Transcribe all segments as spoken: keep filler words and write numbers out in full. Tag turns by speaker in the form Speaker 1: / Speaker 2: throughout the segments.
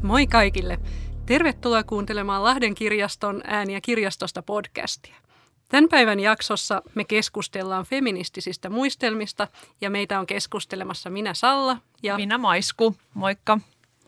Speaker 1: Moi kaikille! Tervetuloa kuuntelemaan Lahden kirjaston Ääniä kirjastosta podcastia. Tämän päivän jaksossa me keskustellaan feministisistä muistelmista ja meitä on keskustelemassa minä Salla ja
Speaker 2: minä Maisku. Moikka!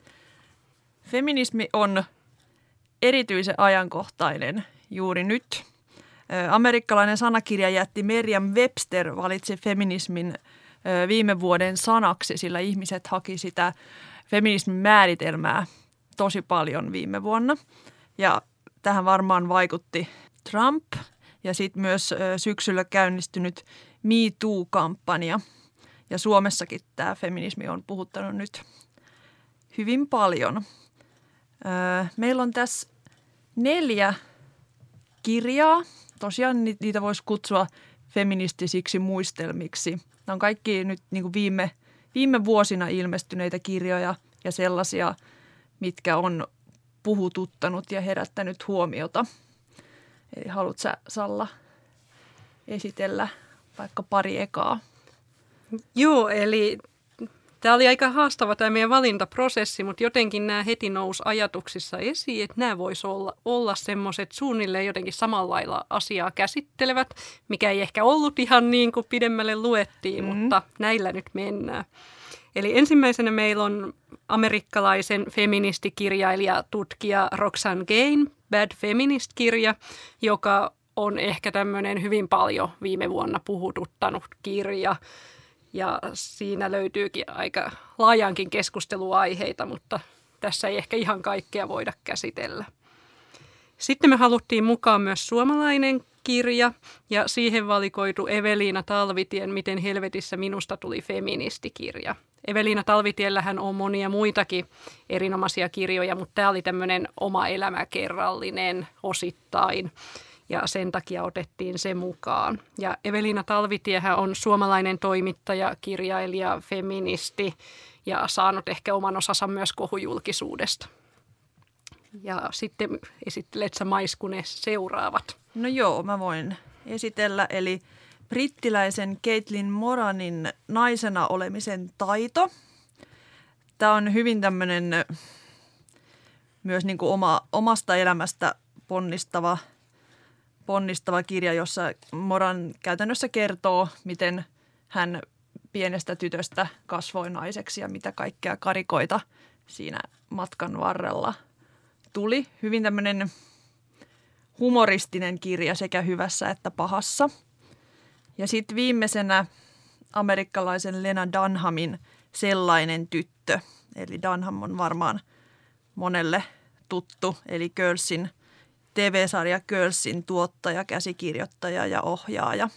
Speaker 2: Feminismi on erityisen ajankohtainen juuri nyt. Amerikkalainen sanakirjajätti Merriam Webster valitsi feminismin viime vuoden sanaksi, sillä ihmiset haki sitä feminismin määritelmää tosi paljon viime vuonna. Ja tähän varmaan vaikutti Trump ja sitten myös syksyllä käynnistynyt Me Too-kampanja. Ja Suomessakin tämä feminismi on puhuttanut nyt hyvin paljon. Meillä on tässä neljä kirjaa. Tosiaan niitä voisi kutsua feministisiksi muistelmiksi. Nämä on kaikki nyt niin kuin viime, viime vuosina ilmestyneitä kirjoja ja sellaisia, mitkä on puhututtanut ja herättänyt huomiota. Eli haluatko sä, Salla, esitellä vaikka pari ekaa?
Speaker 1: Joo, eli tämä oli aika haastava tämä meidän valintaprosessi, mutta jotenkin nämä heti nousi ajatuksissa esiin, että nämä voisi olla, olla semmoiset suunnilleen jotenkin samalla lailla asiaa käsittelevät, mikä ei ehkä ollut ihan niin kuin pidemmälle luettiin, mm. mutta näillä nyt mennään. Eli ensimmäisenä meillä on amerikkalaisen feministikirjailija, tutkija Roxane Gayn Bad Feminist-kirja, joka on ehkä tämmöinen hyvin paljon viime vuonna puhututtanut kirja. Ja siinä löytyykin aika laajankin keskusteluaiheita, mutta tässä ei ehkä ihan kaikkea voida käsitellä. Sitten me haluttiin mukaan myös suomalainen kirja ja siihen valikoitu Eveliina Talvitien Miten helvetissä minusta tuli feministikirja. Eveliina Talvitiellähän on monia muitakin erinomaisia kirjoja, mutta tämä oli tämmöinen oma elämäkerrallinen osittain. Ja sen takia otettiin se mukaan. Ja Eveliina Talvitiehän on suomalainen toimittaja, kirjailija, feministi ja saanut ehkä oman osansa myös kohujulkisuudesta. Ja sitten esittelet sä Maiskunen seuraavat.
Speaker 2: No joo, mä voin esitellä. Eli brittiläisen Caitlin Moranin Naisena olemisen taito. Tämä on hyvin tämmöinen myös niin kuin oma, omasta elämästä ponnistava ponnistava kirja, jossa Moran käytännössä kertoo, miten hän pienestä tytöstä kasvoi naiseksi ja mitä kaikkea karikoita siinä matkan varrella tuli. Hyvin tämmöinen humoristinen kirja sekä hyvässä että pahassa. Ja sitten viimeisenä amerikkalaisen Lena Dunhamin Sellainen tyttö. Eli Dunham on varmaan monelle tuttu, eli Girlsin T V-sarja Girlsin tuottaja, käsikirjoittaja ja ohjaaja.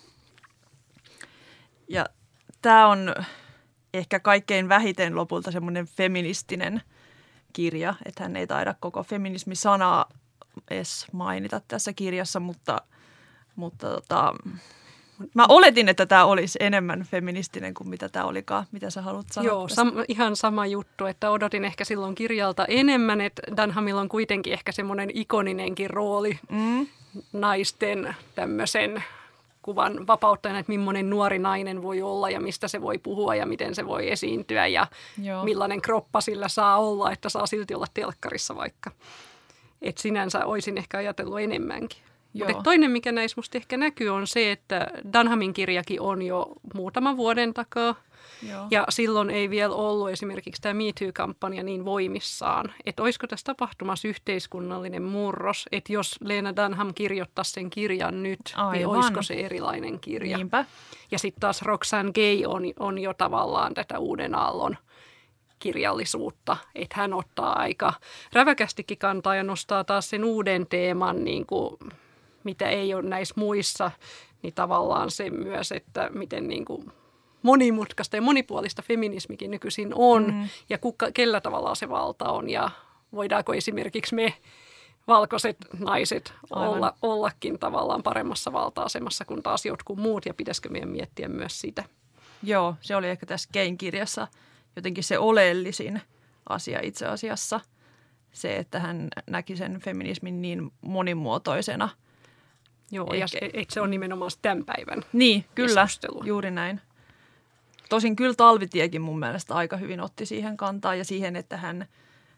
Speaker 2: Ja tämä on ehkä kaikkein vähiten lopulta semmoinen feministinen kirja, että hän ei taida koko feminismisanaa edes mainita tässä kirjassa, mutta, mutta tota, mä oletin, että tämä olisi enemmän feministinen kuin mitä tämä olikaan. Mitä sä haluat sanoa?
Speaker 1: Joo, sam- ihan sama juttu, että odotin ehkä silloin kirjalta enemmän, että Dunhamilla on kuitenkin ehkä semmoinen ikoninenkin rooli mm. naisten tämmöisen kuvan vapauttajana, että millainen nuori nainen voi olla ja mistä se voi puhua ja miten se voi esiintyä ja Joo. millainen kroppa sillä saa olla, että saa silti olla telkkarissa vaikka. Että sinänsä olisin ehkä ajatellut enemmänkin. Mutta toinen, mikä näissä musta ehkä näkyy, on se, että Dunhamin kirjakin on jo muutaman vuoden takaa. Joo. Ja silloin ei vielä ollut esimerkiksi tämä Me Too-kampanja niin voimissaan. Että olisiko tässä tapahtumassa yhteiskunnallinen murros, että jos Lena Dunham kirjoittaisi sen kirjan nyt, Aivan. niin olisiko se erilainen kirja.
Speaker 2: Niinpä.
Speaker 1: Ja sitten taas Roxane Gay on, on jo tavallaan tätä uuden aallon kirjallisuutta, että hän ottaa aika räväkästikin kantaa ja nostaa taas sen uuden teeman, niin kuin, mitä ei ole näissä muissa, niin tavallaan se myös, että miten niin kuin monimutkaista ja monipuolista feminismikin nykyisin on mm. ja kuka, kellä tavallaan se valta on ja voidaanko esimerkiksi me valkoiset naiset olla, ollakin tavallaan paremmassa valta-asemassa kuin taas jotkut muut ja pitäisikö meidän miettiä myös sitä.
Speaker 2: Joo, se oli ehkä tässä Gayn kirjassa jotenkin se oleellisin asia itse asiassa. Se, että hän näki sen feminismin niin monimuotoisena.
Speaker 1: Joo, Ehkä. ja et se on nimenomaan tämän päivän
Speaker 2: Niin, kyllä, juuri näin. Tosin kyllä Talvitiekin mun mielestä aika hyvin otti siihen kantaa ja siihen, että hän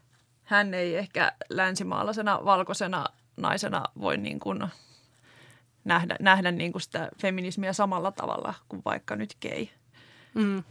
Speaker 2: hän ei ehkä länsimaalaisena valkoisena naisena voi niin kuin nähdä, nähdä niin kuin sitä feminismiä samalla tavalla kuin vaikka nyt gay.
Speaker 1: Mm.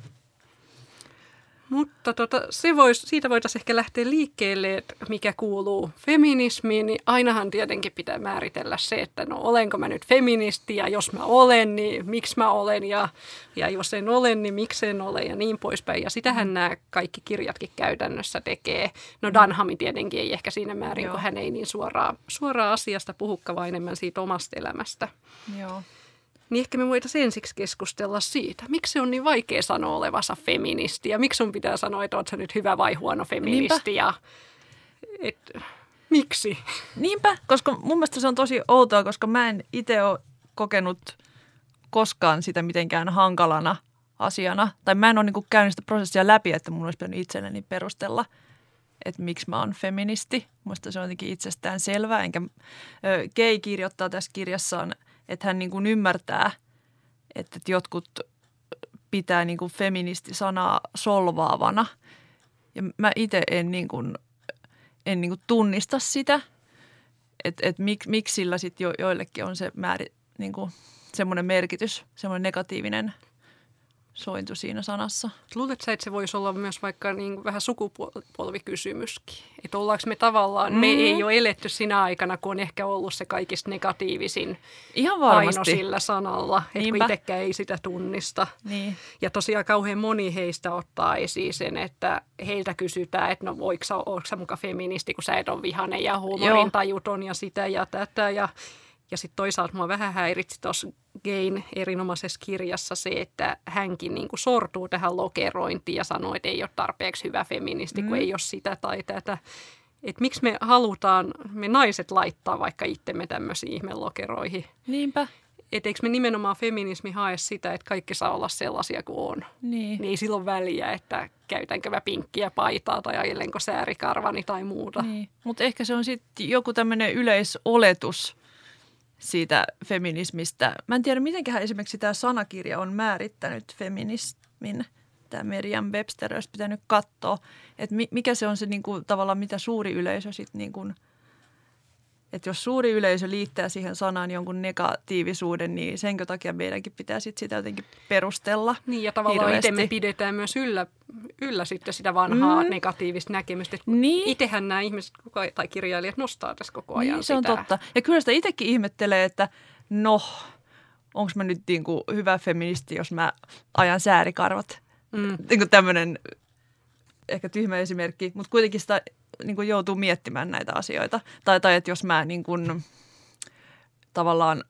Speaker 1: Mutta tota, se vois, siitä voitaisiin ehkä lähteä liikkeelle, että mikä kuuluu feminismiin, niin ainahan tietenkin pitää määritellä se, että no olenko mä nyt feministi ja jos mä olen, niin miksi mä olen ja, ja jos en ole, niin miksi en ole ja niin poispäin. Ja sitähän mm. nämä kaikki kirjatkin käytännössä tekee. No Dunham tietenkin ei ehkä siinä määrin, Joo. kun hän ei niin suoraan, suoraan asiasta puhukaan, vaan enemmän siitä omasta elämästä. Joo. Niin ehkä me voitaisiin ensiksi keskustella siitä, miksi se on niin vaikea sanoa olevansa feministi ja miksi sun pitää sanoa, että oot sä nyt hyvä vai huono feministi Niinpä. ja et, miksi?
Speaker 2: Niinpä, koska mun mielestä se on tosi outoa, koska mä en itse ole kokenut koskaan sitä mitenkään hankalana asiana. Tai mä en ole niin käynyt sitä prosessia läpi, että mun olisi pitänyt itselleni perustella, että miksi mä oon feministi. Musta se on jotenkin itsestään selvää, enkä Kay kirjoittaa tässä kirjassaan, että hän niin kuin ymmärtää, että jotkut pitää niin kuin feministi-sanaa solvaavana. Ja mä itse en, niin kuin, en niin kuin tunnista sitä, että, että mik, miksi sillä sitten jo, joillekin on se määrä, niin kuin semmoinen merkitys, semmoinen negatiivinen sointu siinä sanassa.
Speaker 1: Luuletko sä, että se voisi olla myös vaikka niin vähän sukupolvikysymyskin? Että ollaanko me tavallaan, mm. me ei ole eletty sinä aikana, kun on ehkä ollut se kaikista negatiivisin
Speaker 2: Ihan
Speaker 1: paino sillä sanalla, että kun itsekään ei sitä tunnista.
Speaker 2: Niin.
Speaker 1: Ja tosiaan kauhean moni heistä ottaa esiin sen, että heiltä kysytään, että no voiko sä, ootko sä muka feministi, kun sä et ole vihainen ja huumorintajuton ja sitä ja tätä ja Ja sitten toisaalta mua vähän häiritsi tuossa Gayn erinomaisessa kirjassa se, että hänkin niinku sortuu tähän lokerointiin ja sanoo, että ei ole tarpeeksi hyvä feministi, mm. kun ei ole sitä tai tätä. Että miksi me halutaan, me naiset laittaa vaikka itsemme tämmöisiin ihmelokeroihin.
Speaker 2: Niinpä.
Speaker 1: Että eikö me nimenomaan feminismi hae sitä, että kaikki saa olla sellaisia kuin on.
Speaker 2: Niin.
Speaker 1: Niin ei silloin väliä, että käytänkö mä pinkkiä paitaa tai ajelenko säärikarvani tai muuta.
Speaker 2: Niin. Mutta ehkä se on sitten joku tämmöinen yleisoletus siitä feminismistä. Mä en tiedä, mitenköhän esimerkiksi tämä sanakirja on määrittänyt feminismin. Tämä Merriam Webster olisi pitänyt katsoa, että mikä se on se niin kuin, tavallaan, mitä suuri yleisö sitten niin kuin, että jos suuri yleisö liittää siihen sanaan jonkun negatiivisuuden, niin senkö takia meidänkin pitää sit sitä jotenkin perustella.
Speaker 1: Niin ja tavallaan
Speaker 2: hirveästi.
Speaker 1: Itse me pidetään myös yllä, yllä sitten sitä vanhaa mm. negatiivista näkemystä.
Speaker 2: Niin.
Speaker 1: Itsehän nämä ihmiset tai kirjailijat nostaa tässä koko ajan
Speaker 2: niin, se
Speaker 1: sitä.
Speaker 2: on totta. Ja kyllä sitä itsekin ihmettelee, että no, onko mä nyt niin kuin hyvä feministi, jos mä ajan säärikarvat. Mm. Niin kuin tämmöinen ehkä tyhmä esimerkki, mutta kuitenkin sitä niin kuin joutuu miettimään näitä asioita. Tai, tai että jos mä niin kuin, tavallaan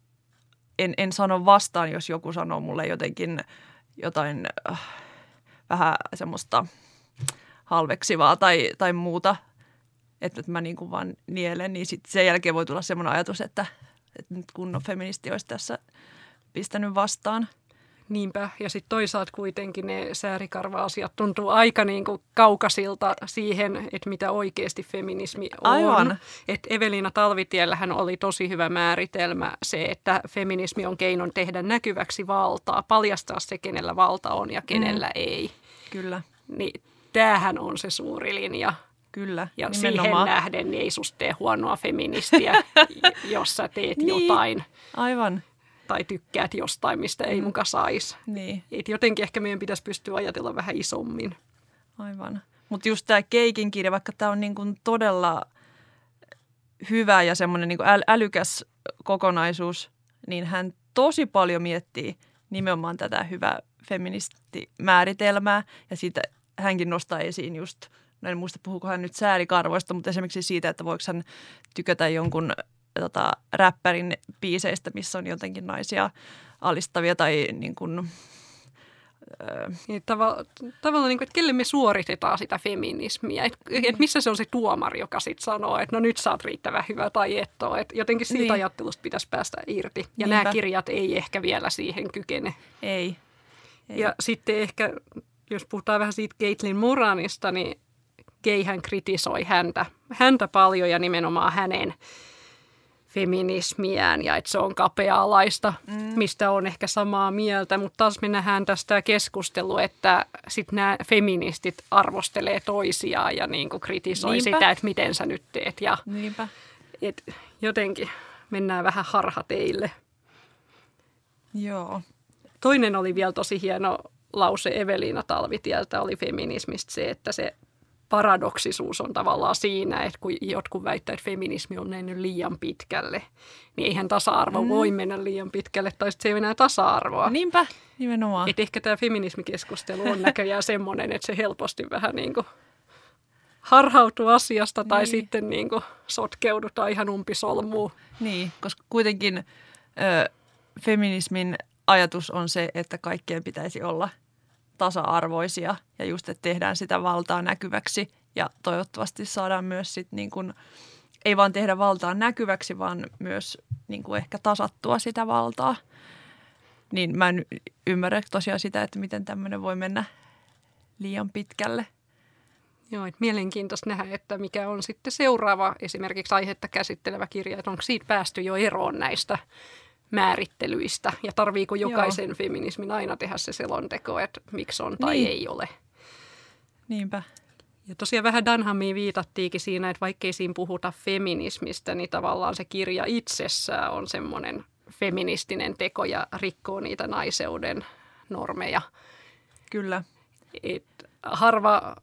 Speaker 2: en, en sano vastaan, jos joku sanoo mulle jotenkin jotain äh, vähän semmoista halveksivaa tai, tai muuta, että, että mä niin kuin vaan nielen, niin sitten sen jälkeen voi tulla semmoinen ajatus, että, että nyt kunnon feministi olisi tässä pistänyt vastaan.
Speaker 1: Niinpä, ja sitten toisaalta kuitenkin ne säärikarva-asiat tuntuu aika niin kuin kaukaisilta siihen, että mitä oikeasti feminismi on.
Speaker 2: Aivan.
Speaker 1: Että Evelina Talvitiellähän oli tosi hyvä määritelmä se, että feminismi on keinon tehdä näkyväksi valtaa, paljastaa se, kenellä valta on ja kenellä mm. ei.
Speaker 2: Kyllä.
Speaker 1: Niin tämähän on se suuri linja.
Speaker 2: Kyllä,
Speaker 1: ja
Speaker 2: nimenomaan.
Speaker 1: Siihen nähden niin ei susta tee huonoa feministiä, jos sä teet
Speaker 2: niin.
Speaker 1: jotain.
Speaker 2: Aivan.
Speaker 1: Tai tykkäät jostain, mistä ei muka saisi.
Speaker 2: Niin.
Speaker 1: Et jotenkin ehkä meidän pitäisi pystyä ajatella vähän isommin.
Speaker 2: Aivan. Mutta just tämä Keikin kirja, vaikka tämä on niin kuin todella hyvä ja semmoinen niin kuin äl- älykäs kokonaisuus, niin hän tosi paljon miettii nimenomaan tätä hyvää feministimääritelmää. Ja siitä hänkin nostaa esiin just, no en muista puhuuko hän nyt säärikarvoista, mutta esimerkiksi siitä, että voiko hän tykätä jonkun Tota, räppärin biiseistä, missä on jotenkin naisia alistavia tai niin kuin, öö.
Speaker 1: niin, tava, tavallaan, niin kuin, että kelle me suoritetaan sitä feminismiä. Että mm. et missä se on se tuomari, joka sitten sanoo, että no nyt sä oot riittävän hyvä tai et ole. Et jotenkin siitä niin. ajattelusta pitäisi päästä irti. Ja Niinpä. Nämä kirjat ei ehkä vielä siihen kykene.
Speaker 2: Ei. ei.
Speaker 1: Ja sitten ehkä, jos puhutaan vähän siitä Caitlin Moranista, niin Gayhän kritisoi häntä, häntä paljon ja nimenomaan hänen feminismiään ja että se on kapea-alaista, mm. mistä on ehkä samaa mieltä. Mutta taas me nähdään tästä keskustelua, että sitten nämä feministit arvostelee toisiaan ja niinku kritisoi Niinpä. sitä, että miten sä nyt teet. Ja
Speaker 2: Niinpä.
Speaker 1: Et jotenkin mennään vähän harhateille.
Speaker 2: Joo.
Speaker 1: Toinen oli vielä tosi hieno lause Eveliina Talvitieltä oli feminismistä se, että se paradoksisuus on tavallaan siinä, että kun jotkut väittävät, että feminismi on mennyt liian pitkälle, niin eihän tasa-arvo mm. voi mennä liian pitkälle, tai sitten se ei ole enää tasa-arvoa.
Speaker 2: Niinpä, nimenomaan.
Speaker 1: Et ehkä tämä feminismikeskustelu on näköjään semmoinen, että se helposti vähän niin kuin harhautuu asiasta tai niin. sitten niin kuin sotkeudutaan ihan umpisolmuun.
Speaker 2: Niin, koska kuitenkin ö, feminismin ajatus on se, että kaikkien pitäisi olla tasa-arvoisia ja just, että tehdään sitä valtaa näkyväksi ja toivottavasti saadaan myös sit niin kuin, ei vaan tehdä valtaa näkyväksi, vaan myös niin kuin ehkä tasattua sitä valtaa. Niin mä en ymmärrä tosiaan sitä, että miten tämmöinen voi mennä liian pitkälle.
Speaker 1: Joo, että mielenkiintoista nähdä, että mikä on sitten seuraava esimerkiksi aihetta käsittelevä kirja, että onko siitä päästy jo eroon näistä määrittelyistä ja tarviiko jokaisen Joo. feminismin aina tehdä se selonteko, että miksi on tai niin. ei ole.
Speaker 2: Niinpä.
Speaker 1: Ja tosiaan vähän Dunhamiin viitattiinkin siinä, että vaikkei siinä puhuta feminismistä, niin tavallaan se kirja itsessään on semmoinen feministinen teko ja rikkoo niitä naiseuden normeja.
Speaker 2: Kyllä.
Speaker 1: Et harva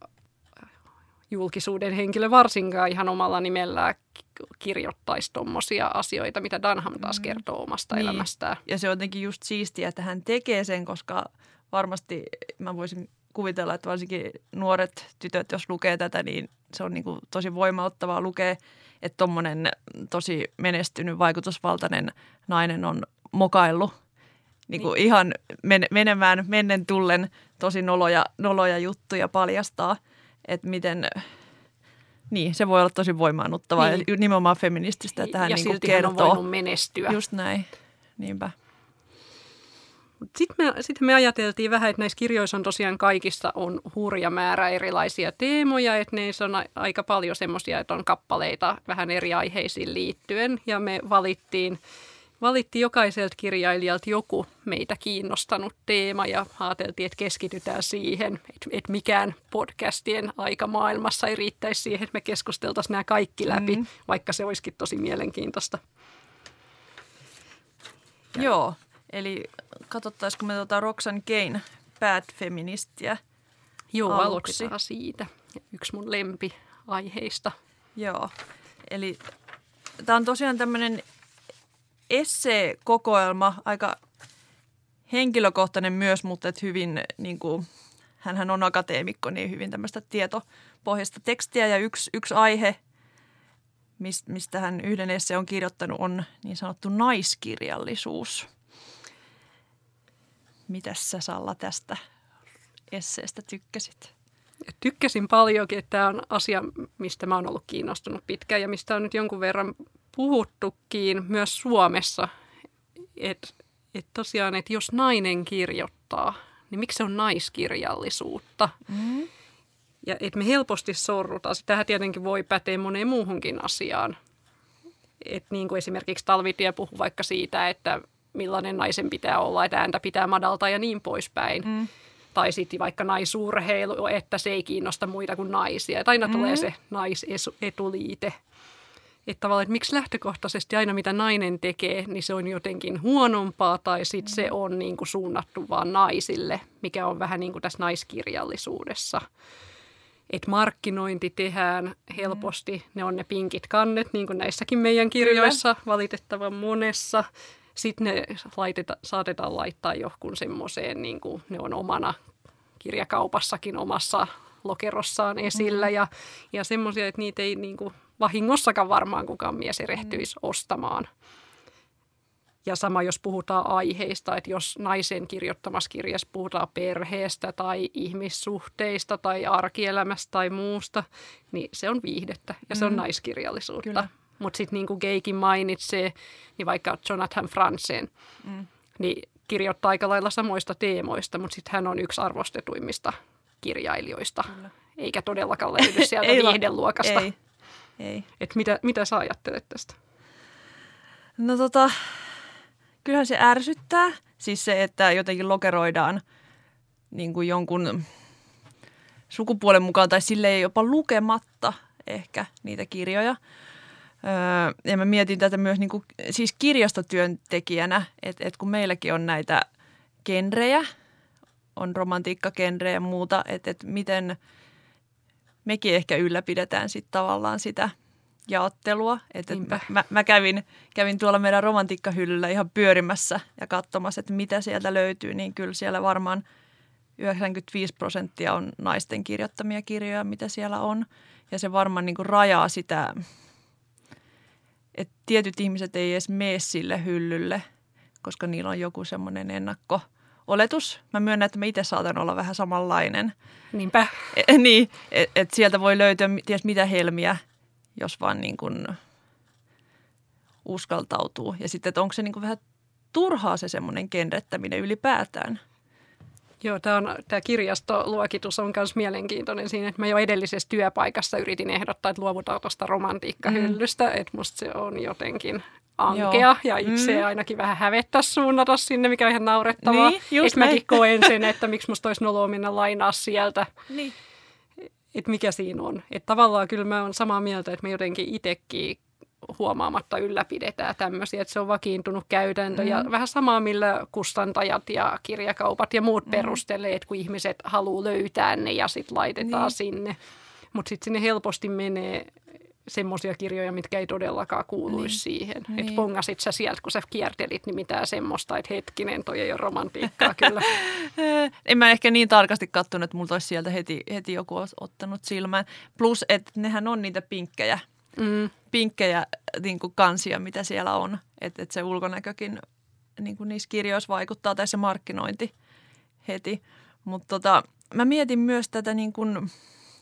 Speaker 1: julkisuuden henkilö varsinkaan ihan omalla nimellään kirjoittaisi tuommoisia asioita, mitä Dunham taas kertoo omasta niin. elämästään.
Speaker 2: Ja se on jotenkin just siistiä, että hän tekee sen, koska varmasti mä voisin kuvitella, että varsinkin nuoret tytöt, jos lukee tätä, niin se on niin kuin tosi voimauttavaa lukea, että tommonen tosi menestynyt, vaikutusvaltainen nainen on mokaillut niin kuin niin. ihan men- menemään mennen tullen tosi noloja, noloja juttuja paljastaa, että miten niin, se voi olla tosi voimaannuttavaa niin. ja nimenomaan feminististä, että hän
Speaker 1: ja
Speaker 2: niin kuin
Speaker 1: silti
Speaker 2: kertoo.
Speaker 1: hän on voinut menestyä.
Speaker 2: Just näin, niinpä.
Speaker 1: Sitten me, sitten me ajateltiin vähän, että näissä kirjoissa on tosiaan kaikissa on hurja määrä erilaisia teemoja, että neissä on aika paljon semmoisia, että on kappaleita vähän eri aiheisiin liittyen ja me valittiin Valittiin jokaiselta kirjailijalta joku meitä kiinnostanut teema ja ajateltiin, että keskitytään siihen, että, että mikään podcastien aika maailmassa ei riittäisi siihen, että me keskusteltaisiin nämä kaikki läpi, mm. vaikka se olisikin tosi mielenkiintoista.
Speaker 2: Ja. Joo, eli katsottaisiko me tuota Roxane Gay'n Bad Feministiä
Speaker 1: Joo, aloitetaan siitä. Yksi mun lempiaiheista.
Speaker 2: Joo, eli tämä on tosiaan tämmöinen essee-kokoelma, aika henkilökohtainen myös, mutta et hyvin, niin kuin, hänhän on akateemikko, niin hyvin tämmöistä tietopohjaista tekstiä. Ja yksi, yksi aihe, mistä hän yhden esseen on kirjoittanut, on niin sanottu naiskirjallisuus. Mitäs sä, Salla, tästä esseestä tykkäsit?
Speaker 1: Tykkäsin paljonkin, että tämä on asia, mistä mä oon ollut kiinnostunut pitkään ja mistä on nyt jonkun verran puhuttukin myös Suomessa, että et tosiaan, että jos nainen kirjoittaa, niin miksi se on naiskirjallisuutta? Mm. Ja että me helposti sorrutaan. Tähän tietenkin voi päteä moneen muuhunkin asiaan. Et niin kuin esimerkiksi Talvitie puhui vaikka siitä, että millainen naisen pitää olla, että ääntä pitää madaltaa ja niin poispäin. Mm. Tai sitten vaikka naisurheilu, että se ei kiinnosta muita kuin naisia. Että aina mm. tulee se naisetuliite. Että tavallaan, että miksi lähtökohtaisesti aina mitä nainen tekee, niin se on jotenkin huonompaa tai sitten se on niin kuin suunnattu vaan naisille, mikä on vähän niin kuin tässä naiskirjallisuudessa. Että markkinointi tehdään helposti, mm. ne on ne pinkit kannet, niin kuin näissäkin meidän kirjoissa, Kyllä. valitettavan monessa. Sitten ne laiteta, saatetaan laittaa johonkin semmoiseen, niin kuin ne on omana kirjakaupassakin omassa lokerossaan esillä mm. ja, ja semmoisia, että niitä ei niin kuin vahingossakaan varmaan kukaan mies erehtyisi mm. ostamaan. Ja sama, jos puhutaan aiheista, että jos naisen kirjoittamassa kirjassa puhutaan perheestä tai ihmissuhteista tai arkielämästä tai muusta, niin se on viihdettä ja se on mm. naiskirjallisuutta. Mutta sitten niin kuin Gaykin mainitsee, niin vaikka Jonathan Franzen, mm. niin kirjoittaa aika lailla samoista teemoista, mutta sitten hän on yksi arvostetuimmista kirjailijoista, Kyllä. eikä todellakaan löydy sieltä viihdeluokasta.
Speaker 2: Ei. Ei.
Speaker 1: Et mitä, mitä sä ajattelet tästä?
Speaker 2: No tota, kyllähän se ärsyttää. Siis se, että jotenkin lokeroidaan niin kuin jonkun sukupuolen mukaan tai silleen jopa lukematta ehkä niitä kirjoja. Öö, ja mä mietin tätä myös niin kuin, siis kirjastotyöntekijänä, että et kun meilläkin on näitä genrejä, on romantiikkagenrejä ja muuta, että et miten mekin ehkä ylläpidetään sitten tavallaan sitä jaottelua. Että et mä, mä, mä kävin, kävin tuolla meidän romantiikkahyllyllä ihan pyörimässä ja katsomassa, että mitä sieltä löytyy, niin kyllä siellä varmaan yhdeksänkymmentäviisi prosenttia on naisten kirjoittamia kirjoja, mitä siellä on. Ja se varmaan niin kuin rajaa sitä, että tietyt ihmiset ei edes mene sille hyllylle, koska niillä on joku semmoinen ennakko-oletus. Mä myönnän, että mä itse saatan olla vähän samanlainen.
Speaker 1: Niinpä.
Speaker 2: E, niin, että et sieltä voi löytyä ties mitä helmiä, jos vaan niin kuin uskaltautuu. Ja sitten, että onko se niin kuin vähän turhaa se semmoinen genrettäminen ylipäätään.
Speaker 1: Joo, tämä, tämä kirjastoluokitus on myös mielenkiintoinen siinä, että mä jo edellisessä työpaikassa yritin ehdottaa, että luovutaan tuosta romantiikkahyllystä, mm. että musta se on jotenkin ankea. Joo. Ja itse mm. ainakin vähän hävettäisi suunnata sinne, mikä on ihan naurettavaa. Niin, että mäkin koen sen, että miksi musta olisi noloa mennä lainaa sieltä. Niin. Että mikä siinä on. Että tavallaan kyllä mä oon samaa mieltä, että me jotenkin itsekin huomaamatta ylläpidetään tämmöisiä, että se on vakiintunut käytäntö. Mm. Ja vähän samaa, millä kustantajat ja kirjakaupat ja muut mm. perustelee, että kun ihmiset haluaa löytää ne ja sitten laitetaan niin sinne. Mutta sitten sinne helposti menee semmoisia kirjoja, mitkä ei todellakaan kuuluisi niin siihen. Niin. Että pongasit sä sieltä, kun sä kiertelit, niin mitään semmoista, että hetkinen, toi ei ole romantiikkaa kyllä.
Speaker 2: En mä ehkä niin tarkasti katsonut, että multa olisi sieltä heti, heti joku ottanut silmään. Plus, että nehän on niitä pinkkejä. Mm. pinkkejä niin kuin kansia, mitä siellä on. Että et se ulkonäkökin niin kuin niissä kirjoissa vaikuttaa, tai se markkinointi heti. Mutta tota, mä mietin myös tätä niin kuin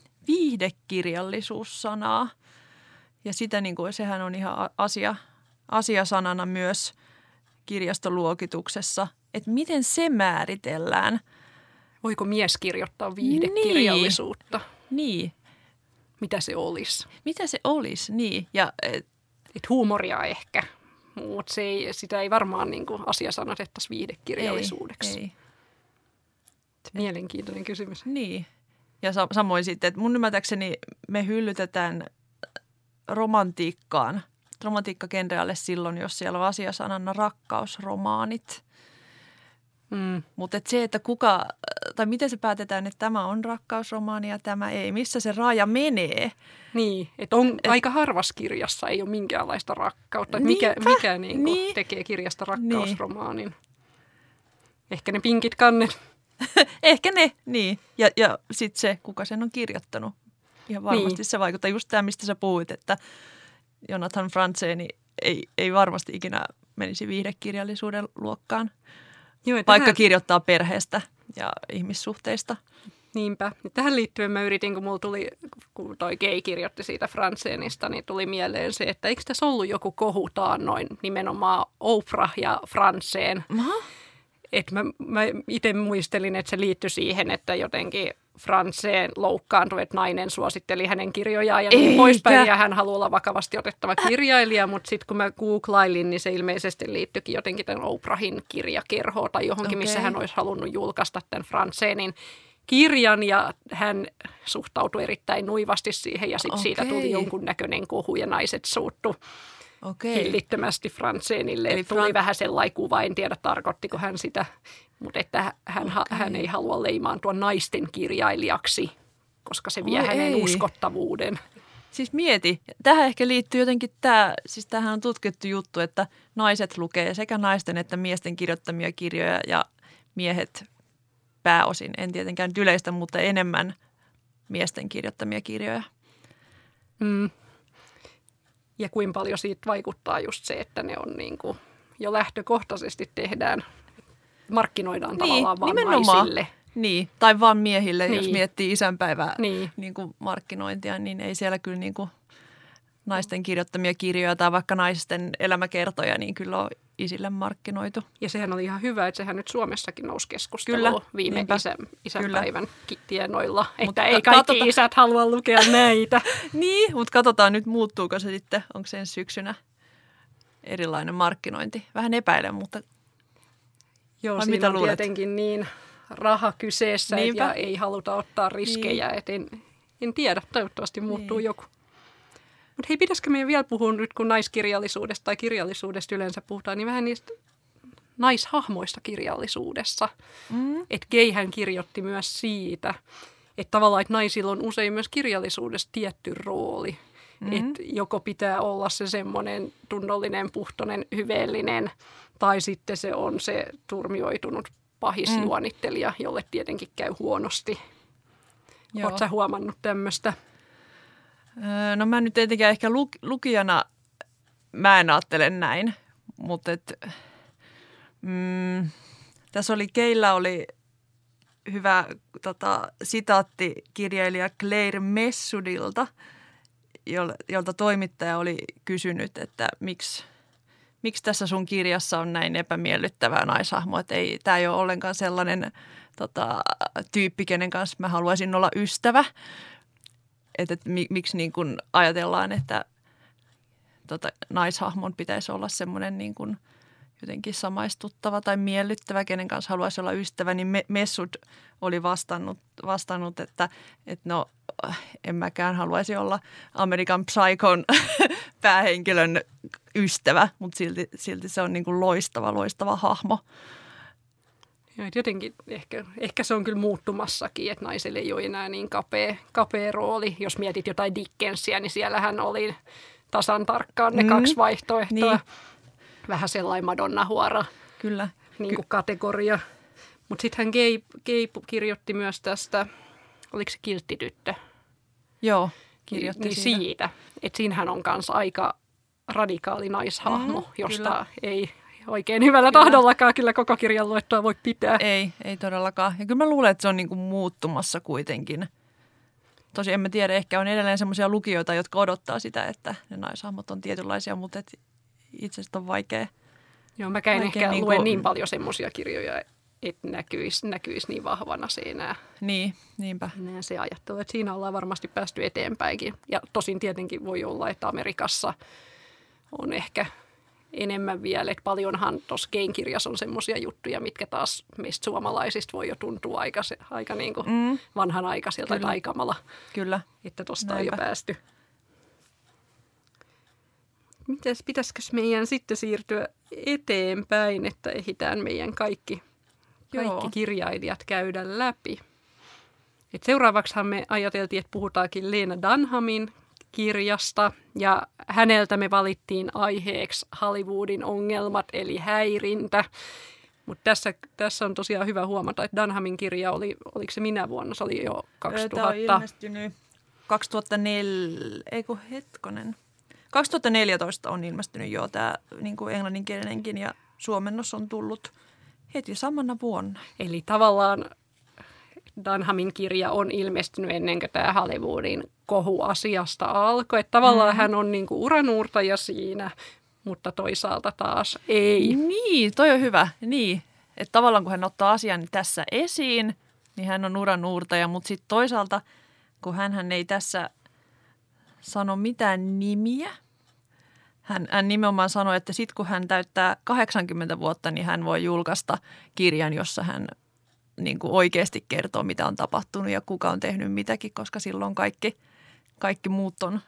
Speaker 2: viihdekirjallisuussanaa. Ja sitä, niin kuin, sehän on ihan asia, asiasanana myös kirjastoluokituksessa. Että miten se määritellään?
Speaker 1: Voiko mies kirjoittaa viihdekirjallisuutta?
Speaker 2: Niin. niin.
Speaker 1: Mitä se olisi?
Speaker 2: Mitä se olisi, niin. Ja, et,
Speaker 1: et huumoria ehkä, mutta se ei, sitä ei varmaan niin kuin asiasanotettaisi viihdekirjallisuudeksi.
Speaker 2: Ei, ei.
Speaker 1: Mielenkiintoinen kysymys.
Speaker 2: Niin. Ja sa- samoin sitten, että mun ymmärtääkseni me hyllytetään romantiikkaan, romantiikkagenrealle silloin, jos siellä on asiasanana rakkausromaanit. Mm. Mutta et se, että kuka, tai miten se päätetään, että tämä on rakkausromaani ja tämä ei, missä se raja menee.
Speaker 1: Niin, että on et, aika harvassa kirjassa ei ole minkäänlaista rakkautta. Mikä, mikä niin niin. tekee kirjasta rakkausromaanin? Niin. Ehkä ne pinkit kannet.
Speaker 2: Ehkä ne, niin. Ja, ja sitten se, kuka sen on kirjoittanut. Ihan varmasti niin. Se vaikuttaa just tämä, mistä sä puhuit, että Jonathan Franzeni ei, ei varmasti ikinä menisi viihdekirjallisuuden luokkaan. Joo, vaikka tähän kirjoittaa perheestä ja ihmissuhteista.
Speaker 1: Niinpä. Tähän liittyen mä yritin, kun mulla tuli, kun toi Gay kirjoitti siitä Franzenista, niin tuli mieleen se, että eikö tässä ollut joku kohu taannoin nimenomaan Oprah ja Franzen. Että mä, mä itse muistelin, että se liittyi siihen, että jotenkin Franzen loukkaantui, että nainen suositteli hänen kirjojaan ja niin poispäin. Ja hän haluaa olla vakavasti otettava kirjailija, mutta sitten kun mä googlailin, niin se ilmeisesti liittyikin jotenkin tämän Oprahin kirjakerhoon tai johonkin, okay. missä hän olisi halunnut julkaista tämän Franzenin kirjan ja hän suhtautui erittäin nuivasti siihen ja sitten okay. siitä tuli jonkunnäköinen kohu ja naiset suuttu. Okay. Hillittömästi Franzenille. Eli tuli Fran... vähän sellainen kuva, en tiedä tarkoittiko hän sitä, mutta että hän, okay. hän ei halua leimaantua naisten kirjailijaksi, koska se vie Oi hänen ei. uskottavuuden.
Speaker 2: Siis mieti, tähän ehkä liittyy jotenkin tämä, siis tämähän on tutkittu juttu, että naiset lukee sekä naisten että miesten kirjoittamia kirjoja ja miehet pääosin, en tietenkään yleistä, mutta enemmän miesten kirjoittamia kirjoja.
Speaker 1: Mm. Ja kuinka paljon siitä vaikuttaa just se, että ne on niin kuin jo lähtökohtaisesti tehdään, markkinoidaan niin, tavallaan vaan nimenomaan naisille.
Speaker 2: Niin, tai vaan miehille, niin. Jos miettii isänpäivää niin. Niin kuin markkinointia, niin ei siellä kyllä niin kuin naisten kirjoittamia kirjoja tai vaikka naisten elämäkertoja, niin kyllä on isille markkinoitu.
Speaker 1: Ja sehän oli ihan hyvä, että sehän nyt Suomessakin nousi keskustelua viime isä, isänpäivän kyllä. tienoilla, että mutta ei kaikki katsota isät halua lukea näitä.
Speaker 2: Niin, mutta katsotaan nyt muuttuuko se sitten, onko se ensi syksynä erilainen markkinointi. Vähän epäilen, mutta
Speaker 1: Joo,
Speaker 2: vai
Speaker 1: siinä
Speaker 2: mitä
Speaker 1: on
Speaker 2: luulet?
Speaker 1: tietenkin niin raha kyseessä et, ja ei haluta ottaa riskejä.
Speaker 2: Niin.
Speaker 1: Et en, en tiedä, toivottavasti muuttuu
Speaker 2: Niin.
Speaker 1: joku. Mutta hei, pitäisikö meidän vielä puhua nyt, kun naiskirjallisuudesta tai kirjallisuudesta yleensä puhutaan, niin vähän niistä naishahmoista kirjallisuudessa. Mm. Että Gayhän kirjoitti myös siitä, että tavallaan että naisilla on usein myös kirjallisuudessa tietty rooli. Mm. Että joko pitää olla se semmoinen tunnollinen, puhtoinen, hyveellinen, tai sitten se on se turmioitunut pahisjuonittelija, jolle tietenkin käy huonosti. Oletko sä huomannut tämmöistä?
Speaker 2: No mä nyt tietenkään ehkä luk- lukijana mä en ajattele näin, mutta et, mm, tässä oli, Keillä oli hyvä tota, sitaatti kirjailija Claire Messudilta, jolta toimittaja oli kysynyt, että miksi, miksi tässä sun kirjassa on näin epämiellyttävää naishahmo, että ei, tämä ei ole ollenkaan sellainen tota, tyyppi, kenen kanssa mä haluaisin olla ystävä. Että et, miksi niin kun ajatellaan, että tota, naishahmon pitäisi olla semmoinen niin kun jotenkin samaistuttava tai miellyttävä, kenen kanssa haluaisi olla ystävä, niin Messud oli vastannut, vastannut että, että no en mäkään haluaisi olla American Psychon päähenkilön ystävä, mutta silti, silti se on niin kuin loistava, loistava hahmo.
Speaker 1: Ja jotenkin ehkä, ehkä se on kyllä muuttumassakin, että naiselle ei ole enää niin kapea, kapea rooli. Jos mietit jotain Dickensia, niin siellähän oli tasan tarkkaan ne mm, kaksi vaihtoehtoa. Niin. Vähän sellainen Madonna-huora
Speaker 2: Kyllä.
Speaker 1: Niin kuin Ky- kategoria. Mutta sittenhän Gay, Gay kirjoitti myös tästä, oliko se Kilttityttö?
Speaker 2: Joo, kirjoitti
Speaker 1: niin
Speaker 2: siitä.
Speaker 1: siitä. Että siinähän on myös aika radikaali naishahmo, mm, josta kyllä. ei oikein hyvällä kyllä. tahdollakaan kyllä koko kirjan luettua voi pitää.
Speaker 2: Ei, ei todellakaan. Ja kyllä mä luulen, että se on niinku muuttumassa kuitenkin. Tosi en mä tiedä, ehkä on edelleen semmoisia lukijoita, jotka odottaa sitä, että ne naishahmot on tietynlaisia, mutta et itse asiassa on vaikea.
Speaker 1: Joo, mä käyn
Speaker 2: vaikea
Speaker 1: ehkä
Speaker 2: niinku
Speaker 1: luen niin paljon semmoisia kirjoja, että näkyisi, näkyisi niin vahvana se enää.
Speaker 2: Niin, niinpä.
Speaker 1: Enää se ajattelu, että siinä ollaan varmasti päästy eteenpäinkin. Ja tosin tietenkin voi olla, että Amerikassa on ehkä enemmän vielä, että paljonhan tuossa Gayn kirjassa on semmoisia juttuja, mitkä taas meistä suomalaisista voi jo tuntua aika, aika niin kuin mm. vanhanaikaisilta tai aikamalla.
Speaker 2: Kyllä.
Speaker 1: Että tuosta on jo päästy. Mites, pitäisikö meidän sitten siirtyä eteenpäin, että ehditään meidän kaikki, kaikki kirjailijat käydä läpi? Et seuraavaksihan me ajateltiin, että puhutaankin Lena Dunhamin kirjasta ja häneltä me valittiin aiheeksi Hollywoodin ongelmat eli häirintä. Mutta tässä, tässä on tosiaan hyvä huomata, että Dunhamin kirja oli, oliko se minä vuonna? Se oli jo kaksituhatta.
Speaker 2: Tämä on ilmestynyt kaksituhattaneljä, ei kun hetkonen. kaksituhattaneljätoista on ilmestynyt jo tämä niin kuin englanninkielinenkin ja suomennos on tullut heti samana vuonna.
Speaker 1: Eli tavallaan Dunhamin kirja on ilmestynyt ennen kuin tämä Hollywoodin kohu asiasta alkoi. Että tavallaan mm-hmm. hän on niin kuin uranuurtaja siinä, mutta toisaalta taas ei.
Speaker 2: Niin, toi on hyvä. Niin, että tavallaan kun hän ottaa asian tässä esiin, niin hän on uranuurtaja, mutta sitten toisaalta kun hän ei tässä sano mitään nimiä. Hän, hän nimenomaan sanoi, että sitten kun hän täyttää kahdeksankymmentä vuotta, niin hän voi julkaista kirjan, jossa hän niin kuin oikeasti kertoo, mitä on tapahtunut ja kuka on tehnyt mitäkin, koska silloin kaikki, kaikki muut on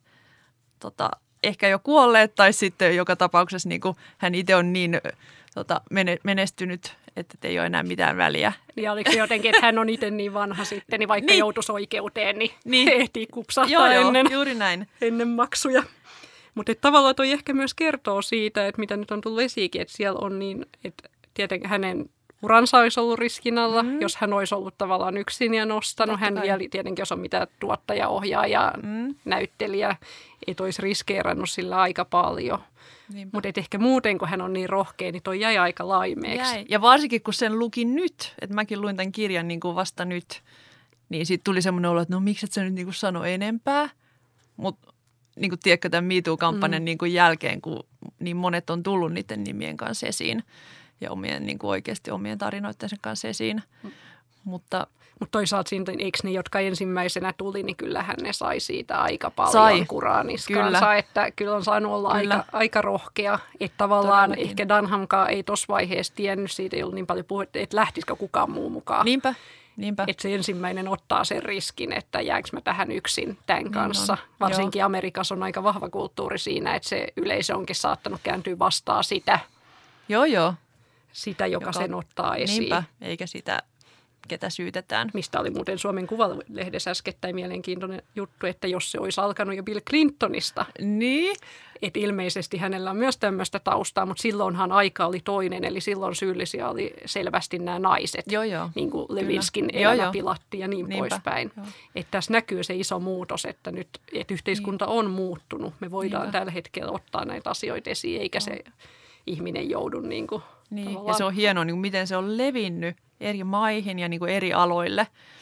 Speaker 2: tota, ehkä jo kuolleet tai sitten joka tapauksessa niin kuin hän itse on niin tota, menestynyt, että ei ole enää mitään väliä.
Speaker 1: Ja oliko se jotenkin, että hän on itse niin vanha sitten, niin vaikka niin. joutuisi oikeuteen, niin, niin. ehtii kupsahtaa
Speaker 2: joo, joo,
Speaker 1: ennen,
Speaker 2: juuri näin.
Speaker 1: ennen maksuja. Mutta tavallaan toi ehkä myös kertoo siitä, että mitä nyt on tullut esiinkin, että siellä on niin, että tietenkin hänen uransa olisi ollut riskin alla, mm. jos hän olisi ollut tavallaan yksin ja nostanut. Totta hän kai. Vielä tietenkin, jos on mitään tuottaja, ohjaaja, mm. näyttelijä, et olisi riskeerannut sillä aika paljon. Mutta ehkä muuten, kun hän on niin rohkea, niin toi jäi aika laimeeksi. Jäi.
Speaker 2: Ja varsinkin, kun sen lukin nyt, että mäkin luin tämän kirjan niin kuin vasta nyt, niin siitä tuli semmoinen olo, että no miksi et sä nyt niin kuin sano enempää? Mutta niin kuin tiedätkö tämän Me Too-kampanjan mm. niin kuin jälkeen, kun niin monet on tullut niiden nimien kanssa esiin ja omien, niin kuin oikeasti omien tarinoittensa kanssa esiin. Mm. mutta
Speaker 1: Mutta toisaalta siinä, eikö ne, jotka ensimmäisenä tuli, niin kyllähän ne sai siitä aika paljon
Speaker 2: sai.
Speaker 1: kuraa niskansa. Että kyllä on saanut olla aika, aika rohkea. Että tavallaan todellakin. Ehkä Dunhamkaan ei tuossa vaiheessa tiennyt, siitä ei ollut niin paljon puhetta, että lähtisikö kukaan muu mukaan.
Speaker 2: Niinpä. Niinpä.
Speaker 1: Että se ensimmäinen ottaa sen riskin, että jäänkö mä tähän yksin tämän niin kanssa.
Speaker 2: On.
Speaker 1: Varsinkin
Speaker 2: Joo.
Speaker 1: Amerikassa on aika vahva kulttuuri siinä, että se yleisö onkin saattanut kääntyä vastaan sitä,
Speaker 2: joo, joo.
Speaker 1: sitä joka, joka sen ottaa esiin.
Speaker 2: Niinpä, eikä sitä, ketä syytetään.
Speaker 1: Mistä oli muuten Suomen Kuvalehdessä äskettäin mielenkiintoinen juttu, että jos se olisi alkanut jo Bill Clintonista.
Speaker 2: Niin.
Speaker 1: Että ilmeisesti hänellä on myös tämmöistä taustaa, mutta silloinhan aika oli toinen, eli silloin syyllisiä oli selvästi nämä naiset.
Speaker 2: Joo, joo.
Speaker 1: Niin kuin Levinskin elämä pilatti ja niin Niinpä. Poispäin. Joo. Että tässä näkyy se iso muutos, että nyt että yhteiskunta niin. on muuttunut. Me voidaan Niinpä. Tällä hetkellä ottaa näitä asioita esiin, eikä se ihminen joudu niin kuin
Speaker 2: niin. Ja se on hienoa, niin kuin miten se on levinnyt eri maihin ja niin kuin eri aloille.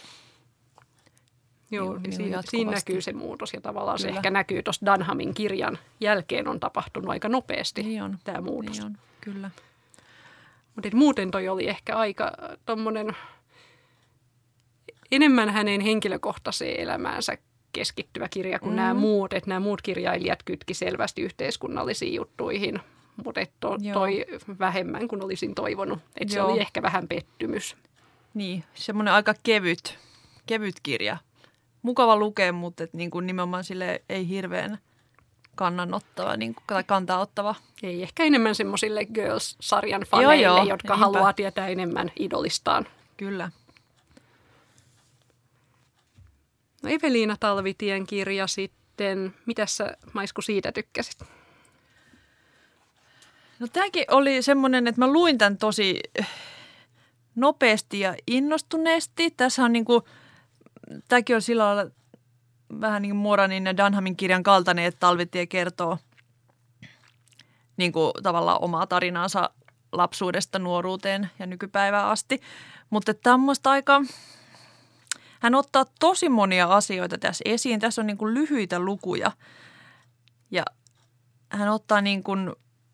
Speaker 1: Joo, niin, niin siinä, siinä näkyy se muutos ja tavallaan Kyllä. se ehkä näkyy tuossa Dunhamin kirjan jälkeen on tapahtunut aika nopeasti
Speaker 2: niin on.
Speaker 1: Tämä muutos.
Speaker 2: Niin on. Kyllä.
Speaker 1: Mutta muuten toi oli ehkä aika tommonen enemmän hänen henkilökohtaiseen elämäänsä keskittyvä kirja kuin mm. nämä muut. Että nämä muut kirjailijat kytki selvästi yhteiskunnallisiin juttuihin, mutta to, toi vähemmän kuin olisin toivonut. Että se oli ehkä vähän pettymys.
Speaker 2: Niin, semmoinen aika kevyt, kevyt kirja. Mukava lukea, mutta et niin kuin nimenomaan sille ei hirveän kannanottava niin kuin, tai kantaa ottava.
Speaker 1: Ei, ehkä enemmän semmoisille Girls-sarjan faneille, joo, joo, jotka niinpä. Haluaa tietää enemmän idolistaan.
Speaker 2: Kyllä.
Speaker 1: No Eveliina Talvitien kirja sitten. Mitäs sä, Maisku, siitä tykkäsit?
Speaker 2: No tämäkin oli semmoinen, että mä luin tämän tosi nopeasti ja innostuneesti. Tässä on niin kuin tämäkin on sillä lailla vähän niin kuin Moranin ja Dunhamin kirjan kaltainen, että Talvitie kertoo niin kuin tavallaan omaa tarinaansa lapsuudesta nuoruuteen ja nykypäivään asti. Mutta tämmöistä aika, hän ottaa tosi monia asioita tässä esiin. Tässä on niin kuin lyhyitä lukuja ja hän ottaa niin kuin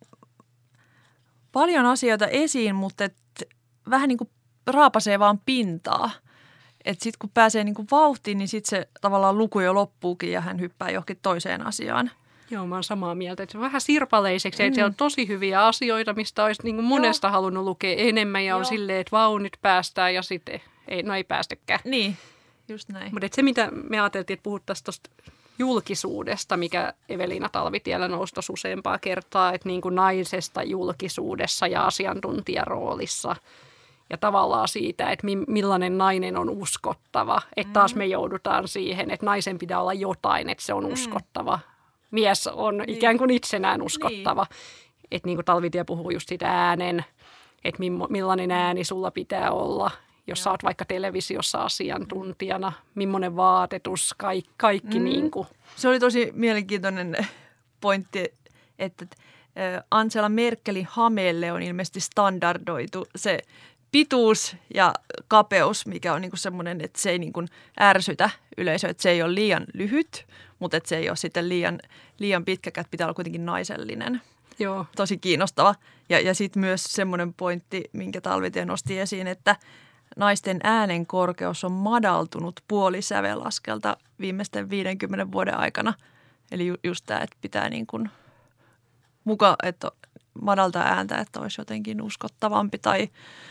Speaker 2: paljon asioita esiin, mutta et vähän niin kuin raapasee vaan pintaa. Että sitten kun pääsee niinku vauhtiin, niin sitten se tavallaan luku jo loppuukin ja hän hyppää johonkin toiseen asiaan.
Speaker 1: Joo, mä oon samaa mieltä. Että se on vähän sirpaleiseksi, mm. että siellä on tosi hyviä asioita, mistä olisi niinku monesta Joo. halunnut lukea enemmän ja Joo. on silleen, että vau, nyt päästään ja sitten ei, no ei päästäkään.
Speaker 2: Niin, just näin.
Speaker 1: Mutta se, mitä me ajateltiin, että puhuttaisiin tuosta julkisuudesta, mikä Eveliina Talvitiellä nousi tuossa useampaa kertaa, että niinku naisesta julkisuudessa ja asiantuntijaroolissa. Ja tavallaan siitä, että millainen nainen on uskottava. Että taas me joudutaan siihen, että naisen pitää olla jotain, että se on uskottava. Mies on niin. ikään kuin itsenään uskottava. Niin. Että niin kuin Talvitie puhuu just siitä äänen, että millainen ääni sulla pitää olla. Jos Joo. sä oot vaikka televisiossa asiantuntijana, millainen vaatetus, kaikki, kaikki mm. niin kuin.
Speaker 2: Se oli tosi mielenkiintoinen pointti, että Angela Merkelin hameelle on ilmeisesti standardoitu se pituus ja kapeus, mikä on niinku semmoinen, että se ei niinku ärsytä yleisöä, että se ei ole liian lyhyt, mutta että se ei ole sitten liian, liian pitkäkään, pitää olla kuitenkin naisellinen.
Speaker 1: Joo.
Speaker 2: Tosi kiinnostava. Ja, ja sitten myös semmoinen pointti, minkä Talvitie nosti esiin, että naisten äänen korkeus on madaltunut puolisävelaskelta viimeisten viidenkymmenen vuoden aikana. Eli ju, just tämä, että pitää niin kuin muka, että madaltaa ääntä, että olisi jotenkin uskottavampi tai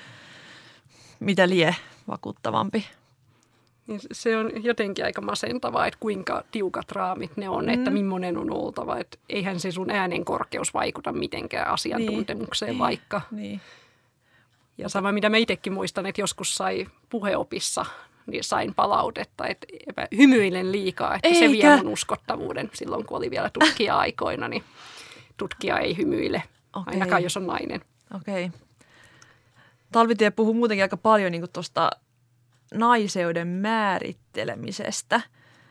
Speaker 2: mitä lie vakuuttavampi.
Speaker 1: Se on jotenkin aika masentavaa, että kuinka tiukat raamit ne on, mm. että millainen on oltava. Että eihän se sun äänen korkeus vaikuta mitenkään asiantuntemukseen
Speaker 2: niin,
Speaker 1: vaikka.
Speaker 2: Niin.
Speaker 1: Ja sama mitä mä itsekin muistan, että joskus sai puheopissa, niin sain palautetta, että hymyilen liikaa, että Eikä. se vie mun uskottavuuden silloin, kun oli vielä tutkija-aikoina, niin tutkija ei hymyile, okay. ainakaan jos on nainen.
Speaker 2: Okei. Okay. Talvitie puhuu muutenkin aika paljon niin tuosta naiseuden määrittelemisestä.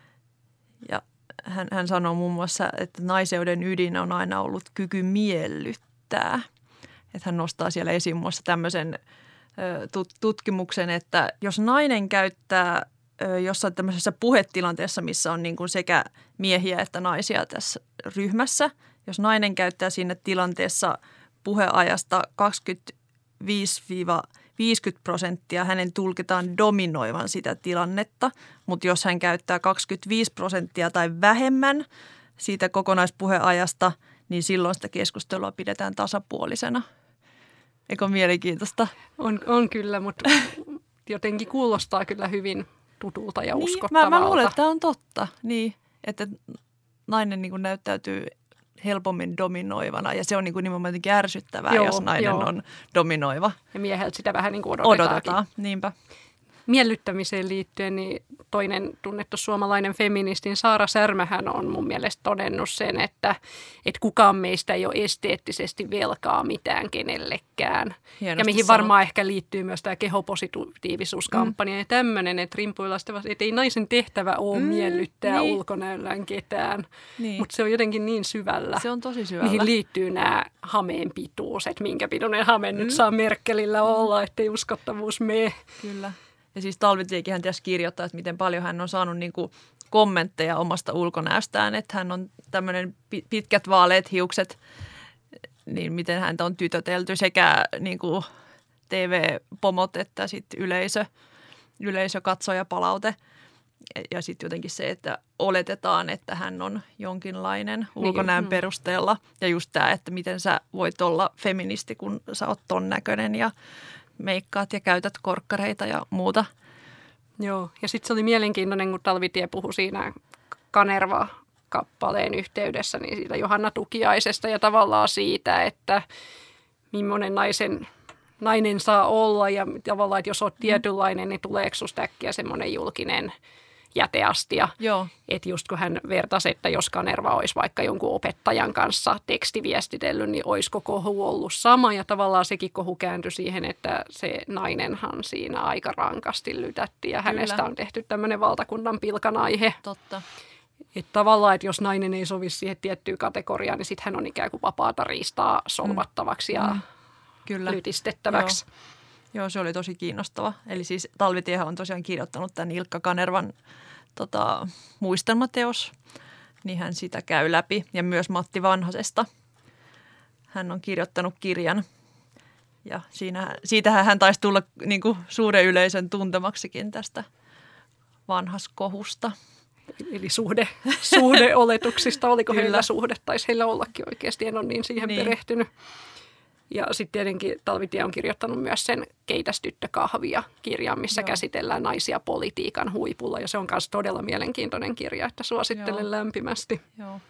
Speaker 2: Ja hän, hän sanoo muun muassa, että naiseuden ydin on aina ollut kyky miellyttää. Että hän nostaa siellä esiin muun muassa tämmöisen ö, tutkimuksen, että jos nainen käyttää ö, jossain tämmöisessä puhetilanteessa, missä on niin kuin sekä miehiä että naisia tässä ryhmässä, jos nainen käyttää siinä tilanteessa puheajasta kaksikymmentäviisi viisikymmentä prosenttia hänen tulkitaan dominoivan sitä tilannetta, mutta jos hän käyttää kaksikymmentäviisi prosenttia tai vähemmän siitä kokonaispuheajasta, niin silloin sitä keskustelua pidetään tasapuolisena. Eikö ole mielenkiintoista?
Speaker 1: On, on kyllä, mutta jotenkin kuulostaa kyllä hyvin tutulta ja
Speaker 2: niin,
Speaker 1: uskottavalta.
Speaker 2: Mä, mä luulen, että tämä on totta, niin, että nainen niin kuin näyttäytyy helpommin dominoivana ja se on niin kuin nimenomaan jotenkin ärsyttävää, joo, jos nainen joo. on dominoiva.
Speaker 1: Ja mieheltä sitä vähän niin kuin odotetaankin.
Speaker 2: Odotetaan, niinpä.
Speaker 1: Miellyttämiseen liittyen niin toinen tunnettu suomalainen feministin Saara Särmähän on mun mielestä todennut sen, että, että kukaan meistä ei ole esteettisesti velkaa mitään kenellekään. Hienosti ja mihin sanot. Varmaan ehkä liittyy myös tämä kehopositiivisuuskampanja mm. ja tämmöinen, että rimpuillaan, että ei naisen tehtävä ole mm, nyt ulkonäöllään ketään, niin. Mutta se on jotenkin niin syvällä.
Speaker 2: Se on tosi syvällä.
Speaker 1: Mihin liittyy nämä hameen pituus, että minkä pituinen hame mm. nyt saa Merkelillä olla, ettei uskottavuus mene.
Speaker 2: Kyllä. Ja siis Talvitiekin hän tässä kirjoittaa, että miten paljon hän on saanut niin kuin kommentteja omasta ulkonäöstään, että hän on tämmöinen pitkät vaaleat hiukset, niin miten häntä on tytötelty sekä niin kuin T V-pomot että sitten yleisö, yleisökatsojapalaute. Ja sitten jotenkin se, että oletetaan, että hän on jonkinlainen ulkonäön niin, perusteella. Ja just tämä, että miten sä voit olla feministi, kun sä oot ton näköinen ja meikkaat ja käytät korkkareita ja muuta.
Speaker 1: Joo, ja sitten se oli mielenkiintoinen, kun Talvitie puhui siinä Kanerva-kappaleen yhteydessä, niin siitä Johanna Tukiaisesta ja tavallaan siitä, että millainen naisen, nainen saa olla ja tavallaan, että jos olet tietynlainen, niin tuleeko susta äkkiä semmoinen julkinen jäteastia.
Speaker 2: Joo.
Speaker 1: Että just kun hän vertasi, että jos Kanerva olisi vaikka jonkun opettajan kanssa tekstiviestitellyt, niin olisiko kohu ollut sama. Ja tavallaan sekin kohu kääntyi siihen, että se nainenhan siinä aika rankasti lytätti. Ja Kyllä. hänestä on tehty tämmöinen valtakunnan pilkan aihe.
Speaker 2: Totta.
Speaker 1: Että tavallaan, että jos nainen ei sovi siihen tiettyyn kategoriaan, niin sitten hän on ikään kuin vapaata riistaa solvattavaksi mm. ja mm. Kyllä. lytistettäväksi.
Speaker 2: Joo. Joo, se oli tosi kiinnostava. Eli siis Talvitiehän on tosiaan kirjoittanut tämän Ilkka Kanervan tota, muistelmateos, niin hän sitä käy läpi. Ja myös Matti Vanhasesta. Hän on kirjoittanut kirjan ja siinä, siitähän hän taisi tulla niin kuin suuren yleisön tuntemaksikin tästä vanhaskohusta.
Speaker 1: Eli suhde, suhdeoletuksista, oliko heillä suhde, taisi heillä ollakin oikeasti, en ole niin siihen niin. perehtynyt. Ja sitten tietenkin Talvitie on kirjoittanut myös sen Keitäs tyttö kahvia -kirjan, missä Joo. käsitellään naisia politiikan huipulla. Ja se on myös todella mielenkiintoinen kirja, että suosittelen Joo. lämpimästi.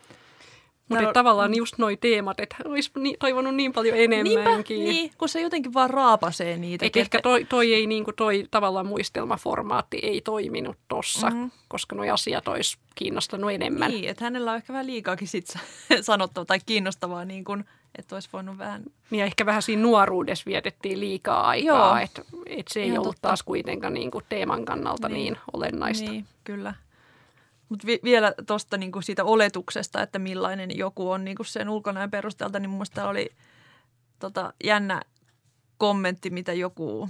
Speaker 1: Mutta on... tavallaan just noi teemat, että olisi ni- toivonut niin paljon enemmänkin.
Speaker 2: Niinpä, niin, kun se jotenkin vaan raapasee niitä.
Speaker 1: Et ehkä toi, toi, ei, niin kuin toi tavallaan muistelmaformaatti ei toiminut tossa, mm-hmm. koska nuo asiat olisi kiinnostanut enemmän.
Speaker 2: Niin, että hänellä on ehkä vähän liikaakin sit sanottavaa tai kiinnostavaa, niin kuin, että olisi voinut vähän...
Speaker 1: Ja ehkä vähän siinä nuoruudessa vietettiin liikaa aikaa, että et se ei Ihan ollut totta. taas kuitenkaan niin kuin teeman kannalta niin, niin olennaista.
Speaker 2: Niin, kyllä. Mutta vi- vielä tuosta niinku siitä oletuksesta, että millainen joku on niinku sen ulkonäön perusteelta, niin mun mielestä oli tota, jännä kommentti, mitä joku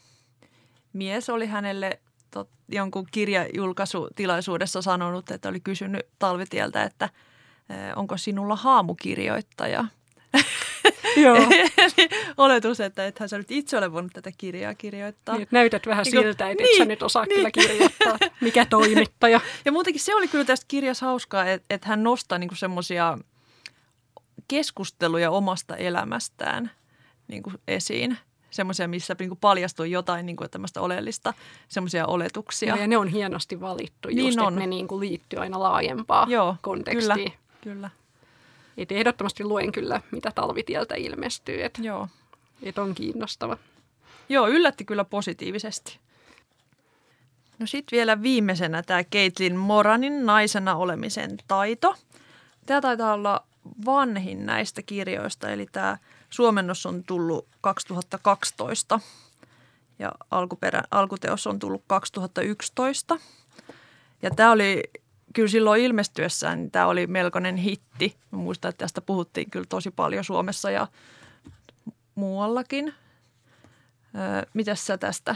Speaker 2: mies oli hänelle tot, jonkun kirjajulkaisutilaisuudessa sanonut, että oli kysynyt Talvitieltä, että ä, onko sinulla haamukirjoittaja?
Speaker 1: Joo.
Speaker 2: Eli oletus, että ethän sä nyt itse ole voinut tätä kirjaa kirjoittaa.
Speaker 1: Niin, näytät vähän niin siltä, että
Speaker 2: niin,
Speaker 1: et sä nyt osaa
Speaker 2: niin.
Speaker 1: kyllä kirjoittaa. Mikä toimittaja?
Speaker 2: Ja muutenkin se oli kyllä tästä kirjassa hauskaa, että, että hän nostaa niinku semmoisia keskusteluja omasta elämästään niinku esiin. Semmoisia, missä niinku paljastuu jotain niinku tämmöistä oleellista, semmoisia oletuksia.
Speaker 1: Ja, ja ne on hienosti valittu,
Speaker 2: niin
Speaker 1: just,
Speaker 2: on.
Speaker 1: että ne niinku liittyy aina laajempaan
Speaker 2: Joo,
Speaker 1: kontekstiin.
Speaker 2: Kyllä, kyllä.
Speaker 1: Et ehdottomasti luen kyllä, mitä Talvitieltä ilmestyy, että et on kiinnostava.
Speaker 2: Joo, yllätti kyllä positiivisesti. No sitten vielä viimeisenä tämä Caitlin Moranin Naisena olemisen taito. Tämä taitaa olla vanhin näistä kirjoista, eli tämä suomennos on tullut kaksituhattakaksitoista ja alkuperä, alkuteos on tullut kaksituhattayksitoista. Ja tämä oli... Kyllä silloin ilmestyessään niin tämä oli melkoinen hitti. Mä muistan, että tästä puhuttiin kyllä tosi paljon Suomessa ja muuallakin. Öö, mitäs sä tästä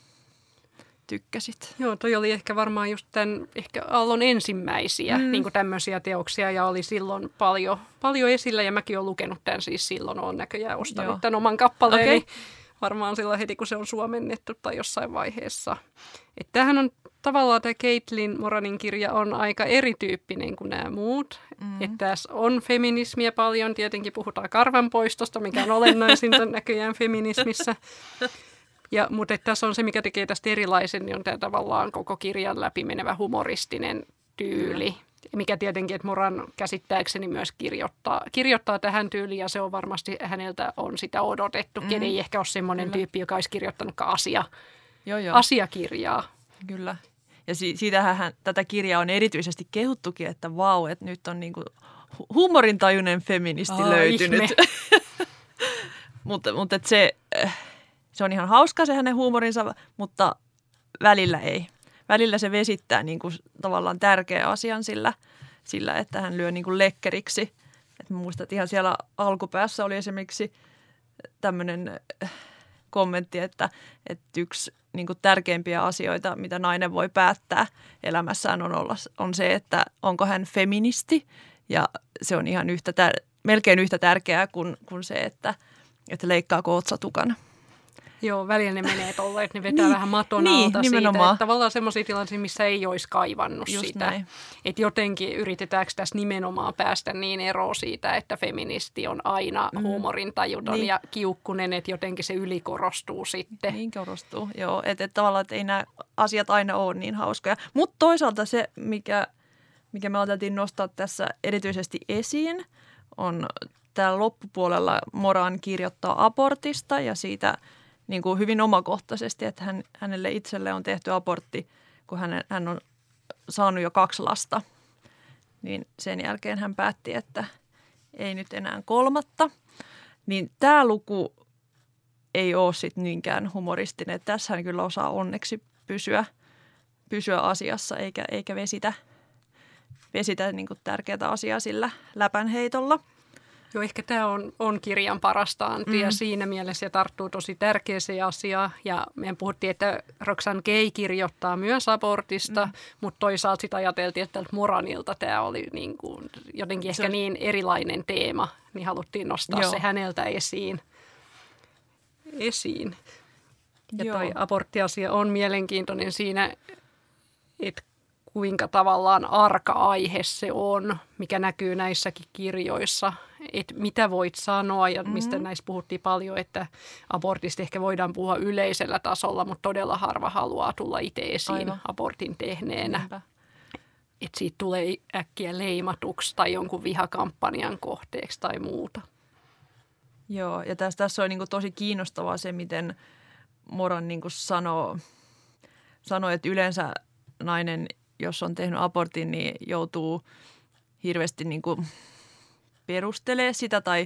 Speaker 2: tykkäsit?
Speaker 1: Joo, toi oli ehkä varmaan just tämän ehkä Aallon ensimmäisiä mm. niin kuin tämmöisiä teoksia ja oli silloin paljon, paljon esillä ja mäkin olen lukenut tämän siis silloin, olen näköjään ostanut Joo. tämän oman kappaleeni. Okay. varmaan silloin heti, kun se on suomennettu tai jossain vaiheessa. Että tämähän on tavallaan tämä Caitlin Moranin kirja on aika erityyppinen kuin nämä muut. Mm. Että tässä on feminismiä paljon, tietenkin puhutaan karvanpoistosta, mikä on olennaisinta näköjään feminismissä. Ja, mutta että tässä on se, mikä tekee tästä erilaisen, niin on tämä tavallaan koko kirjan läpi menevä humoristinen tyyli. Mm. Mikä tietenkin, että Moran käsittääkseni myös kirjoittaa, kirjoittaa tähän tyyliin, ja se on varmasti, häneltä on sitä odotettu. Mm. Ken ei ehkä ole semmoinen Kyllä. tyyppi, joka olisi kirjoittanutkaan asia, joo, joo. asiakirjaa.
Speaker 2: Kyllä. Ja si- siitähän hän, tätä kirjaa on erityisesti kehuttukin, että vau, että nyt on niinku huumorintajuinen feministi oh, löytynyt. mutta mutta se, se on ihan hauska se hänen huumorinsa, mutta välillä ei. Välillä se vesittää niin kuin tavallaan tärkeä asian sillä, sillä että hän lyö niin kuin lekkeriksi. Et mä muistan, että ihan siellä alkupäässä oli esimerkiksi tämmöinen kommentti, että, että yksi niin kuin tärkeimpiä asioita, mitä nainen voi päättää elämässään on, olla, on se, että onko hän feministi. Ja se on ihan yhtä, melkein yhtä tärkeää kuin, kuin se, että, että leikkaako otsatukan.
Speaker 1: Joo, välillä ne menee tolleen, että ne vetää niin, vähän maton niin, alta nimenomaan. Siitä. Että tavallaan semmoisia tilanteita, missä ei olisi kaivannut Just sitä. Näin. Että jotenkin yritetäänkö tässä nimenomaan päästä niin eroon siitä, että feministi on aina mm. huumorintajuton niin. ja kiukkunen, että jotenkin se ylikorostuu sitten. Niin
Speaker 2: korostuu, joo. Että et tavallaan, että ei nämä asiat aina ole niin hauskoja. Mutta toisaalta se, mikä, mikä me otettiin nostaa tässä erityisesti esiin, on täällä loppupuolella Moran kirjoittaa abortista ja siitä niin kuin hyvin omakohtaisesti, että hän, hänelle itselle on tehty abortti, kun hän, hän on saanut jo kaksi lasta. Niin sen jälkeen hän päätti, että ei nyt enää kolmatta. Niin tämä luku ei ole sitten niinkään humoristinen. Tässä hän kyllä osaa onneksi pysyä, pysyä asiassa eikä, eikä vesitä, vesitä niin kuin tärkeää asiaa sillä läpänheitolla.
Speaker 1: Joo, ehkä tämä on, on kirjan parasta antia mm. siinä mielessä ja tarttuu tosi tärkeäseen asiaan. Ja meidän puhuttiin, että Roxane Gay kirjoittaa myös abortista, mm. mutta toisaalta sitä ajateltiin, että tältä Moranilta tämä oli niin kuin jotenkin se ehkä niin erilainen teema, niin haluttiin nostaa Joo. se häneltä esiin. esiin. Ja Joo. toi aborttiasia on mielenkiintoinen siinä, että kuinka tavallaan arka aihe se on, mikä näkyy näissäkin kirjoissa, että mitä voit sanoa ja mistä mm-hmm. näissä puhuttiin paljon, että abortista ehkä voidaan puhua yleisellä tasolla, mutta todella harva haluaa tulla itse esiin Aivan. abortin tehneenä. Niinpä. Että siitä tulee äkkiä leimatuksi tai jonkun vihakampanjan kohteeksi tai muuta.
Speaker 2: Joo, ja tässä, tässä on niin kuin tosi kiinnostavaa se, miten Moran niin kuin sanoo, sanoo, että yleensä nainen, jos on tehnyt abortin, niin joutuu hirveästi niin kuin perustelemaan sitä tai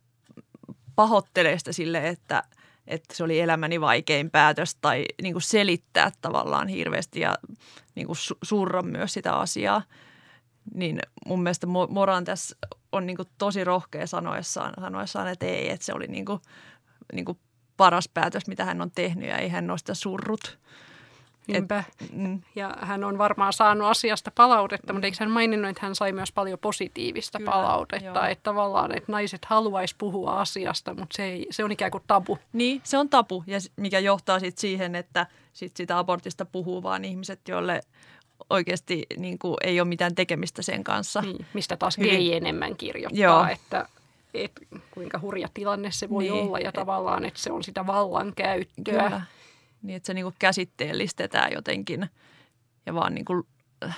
Speaker 2: pahoittelee sitä sille, että, että se oli elämäni vaikein päätös tai niin kuin selittää tavallaan hirveästi ja niin kuin surra myös sitä asiaa. Niin mun mielestä Moran tässä on niin kuin tosi rohkea sanoessaan, sanoessaan, että ei, että se oli niin kuin, niin kuin paras päätös, mitä hän on tehnyt ja ei hän ole sitä surrut.
Speaker 1: Niinpä. Et, mm. Ja hän on varmaan saanut asiasta palautetta, mm. mutta eikö hän maininnut, että hän sai myös paljon positiivista Kyllä, palautetta. Joo. Että tavallaan, että naiset haluaisi puhua asiasta, mutta se, ei, se on ikään kuin tabu.
Speaker 2: Niin, se on tabu, ja mikä johtaa sitten siihen, että sit sitä abortista puhuu vaan ihmiset, joille oikeasti niin kuin, ei ole mitään tekemistä sen kanssa.
Speaker 1: Niin, mistä taas gay enemmän kirjoittaa, että, että kuinka hurja tilanne se voi niin. olla ja tavallaan, että se on sitä vallankäyttöä.
Speaker 2: Kyllä. Niin, että se niin kuin käsitteellistetään jotenkin ja vaan niin kuin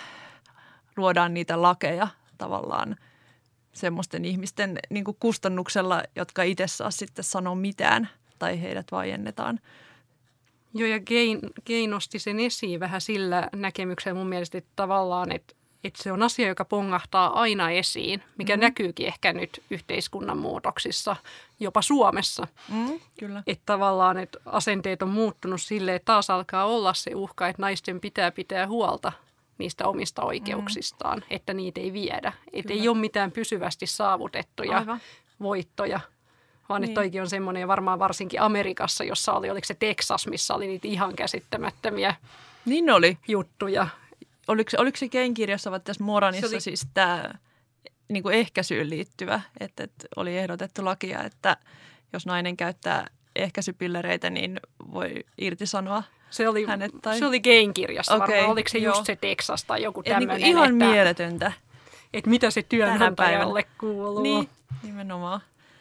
Speaker 2: luodaan niitä lakeja tavallaan semmoisten ihmisten niin kuin kustannuksella, jotka itse saa sitten sanoa mitään tai heidät vaiennetaan.
Speaker 1: Joo, ja Gay, Gay nosti sen esiin vähän sillä näkemyksellä mun mielestä, että tavallaan, että, että se on asia, joka pongahtaa aina esiin, mikä mm-hmm. näkyykin ehkä nyt yhteiskunnan muutoksissa, jopa Suomessa.
Speaker 2: Mm, kyllä.
Speaker 1: Että tavallaan, että asenteet on muuttunut silleen, että taas alkaa olla se uhka, että naisten pitää pitää huolta niistä omista oikeuksistaan, mm. että niitä ei viedä. Että ei ole mitään pysyvästi saavutettuja Aivan. voittoja. Vaan niin. että toikin on semmoinen, ja varmaan varsinkin Amerikassa, jossa oli, oliko se Texas, missä oli niitä ihan käsittämättömiä
Speaker 2: niin oli.
Speaker 1: juttuja.
Speaker 2: Oliko, oliko se Gayn kirjassa vai tässä Moranissa oli... siis tämä niin kuin ehkäisyyn liittyvä, että, että oli ehdotettu lakia, että jos nainen käyttää ehkäisypillereitä, niin voi irtisanoa
Speaker 1: Se oli,
Speaker 2: hänet. Tai...
Speaker 1: se oli Gayn kirjassa
Speaker 2: okay,
Speaker 1: varmaan. Oliko se
Speaker 2: joo.
Speaker 1: just se Texas tai joku
Speaker 2: Et
Speaker 1: tämmöinen?
Speaker 2: niinku ihan
Speaker 1: että,
Speaker 2: mieletöntä.
Speaker 1: Että mitä se työnantajalle kuuluu.
Speaker 2: Niin, nimenomaan.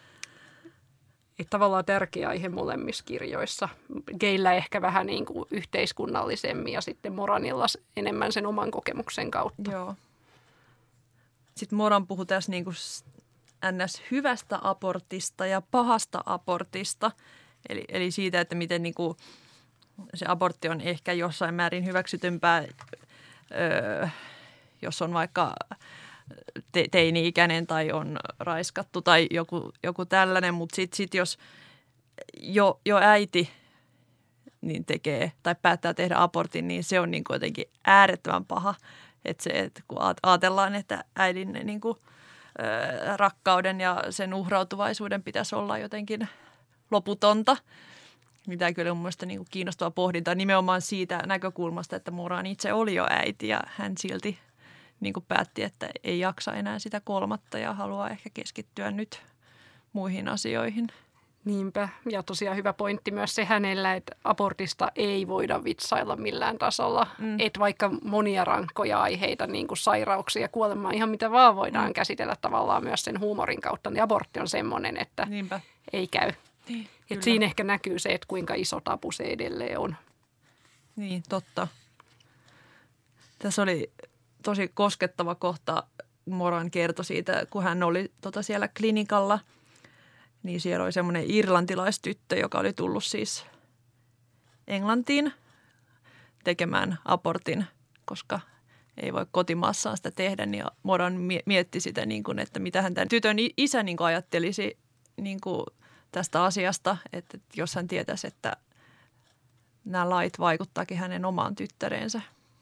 Speaker 1: Että tavallaan tärkeä aihe molemmissa kirjoissa. Gayllä ehkä vähän niin kuin yhteiskunnallisemmin ja sitten Moranilla enemmän sen oman kokemuksen kautta.
Speaker 2: Joo. Sitten Moran puhui tässä niin kuin ns. Hyvästä abortista ja pahasta abortista. Eli, eli siitä, että miten niin kuin se abortti on ehkä jossain määrin hyväksytympää, öö, jos on vaikka te- teini-ikäinen tai on raiskattu tai joku, joku tällainen. Mutta sitten sit jos jo, jo äiti niin tekee tai päättää tehdä abortin, niin se on niin kuin jotenkin äärettömän paha. Että se, että kun ajatellaan, että äidin niin kuin, ö, rakkauden ja sen uhrautuvaisuuden pitäisi olla jotenkin loputonta. Mitä kyllä on mun mielestä niin kuin kiinnostavaa pohdintaa nimenomaan siitä näkökulmasta, että Moran itse oli jo äiti ja hän silti niin kuin päätti, että ei jaksa enää sitä kolmatta ja haluaa ehkä keskittyä nyt muihin asioihin.
Speaker 1: Niinpä. Ja tosiaan hyvä pointti myös se hänellä, että abortista ei voida vitsailla millään tasolla. Mm. Että vaikka monia rankkoja aiheita, niin kuin sairauksia, kuolemaa, ihan mitä vaan voidaan mm. käsitellä tavallaan myös sen huumorin kautta, niin abortti on semmoinen, että Niinpä. ei käy. Niin, että siinä ehkä näkyy se, että kuinka iso tabu se edelleen on.
Speaker 2: Niin, totta. Tässä oli tosi koskettava kohta. Moran kertoi siitä, kun hän oli tota siellä klinikalla. Niin siellä oli semmoinen irlantilaistyttö, joka oli tullut siis Englantiin tekemään abortin, koska ei voi kotimaassaan sitä tehdä. Niin Moran mietti sitä, niin kuin, että mitä hän tämän tytön isä niin kuin ajattelisi niin kuin tästä asiasta, että jos hän tietäisi, että nämä lait vaikuttaakin hänen omaan tyttärensä.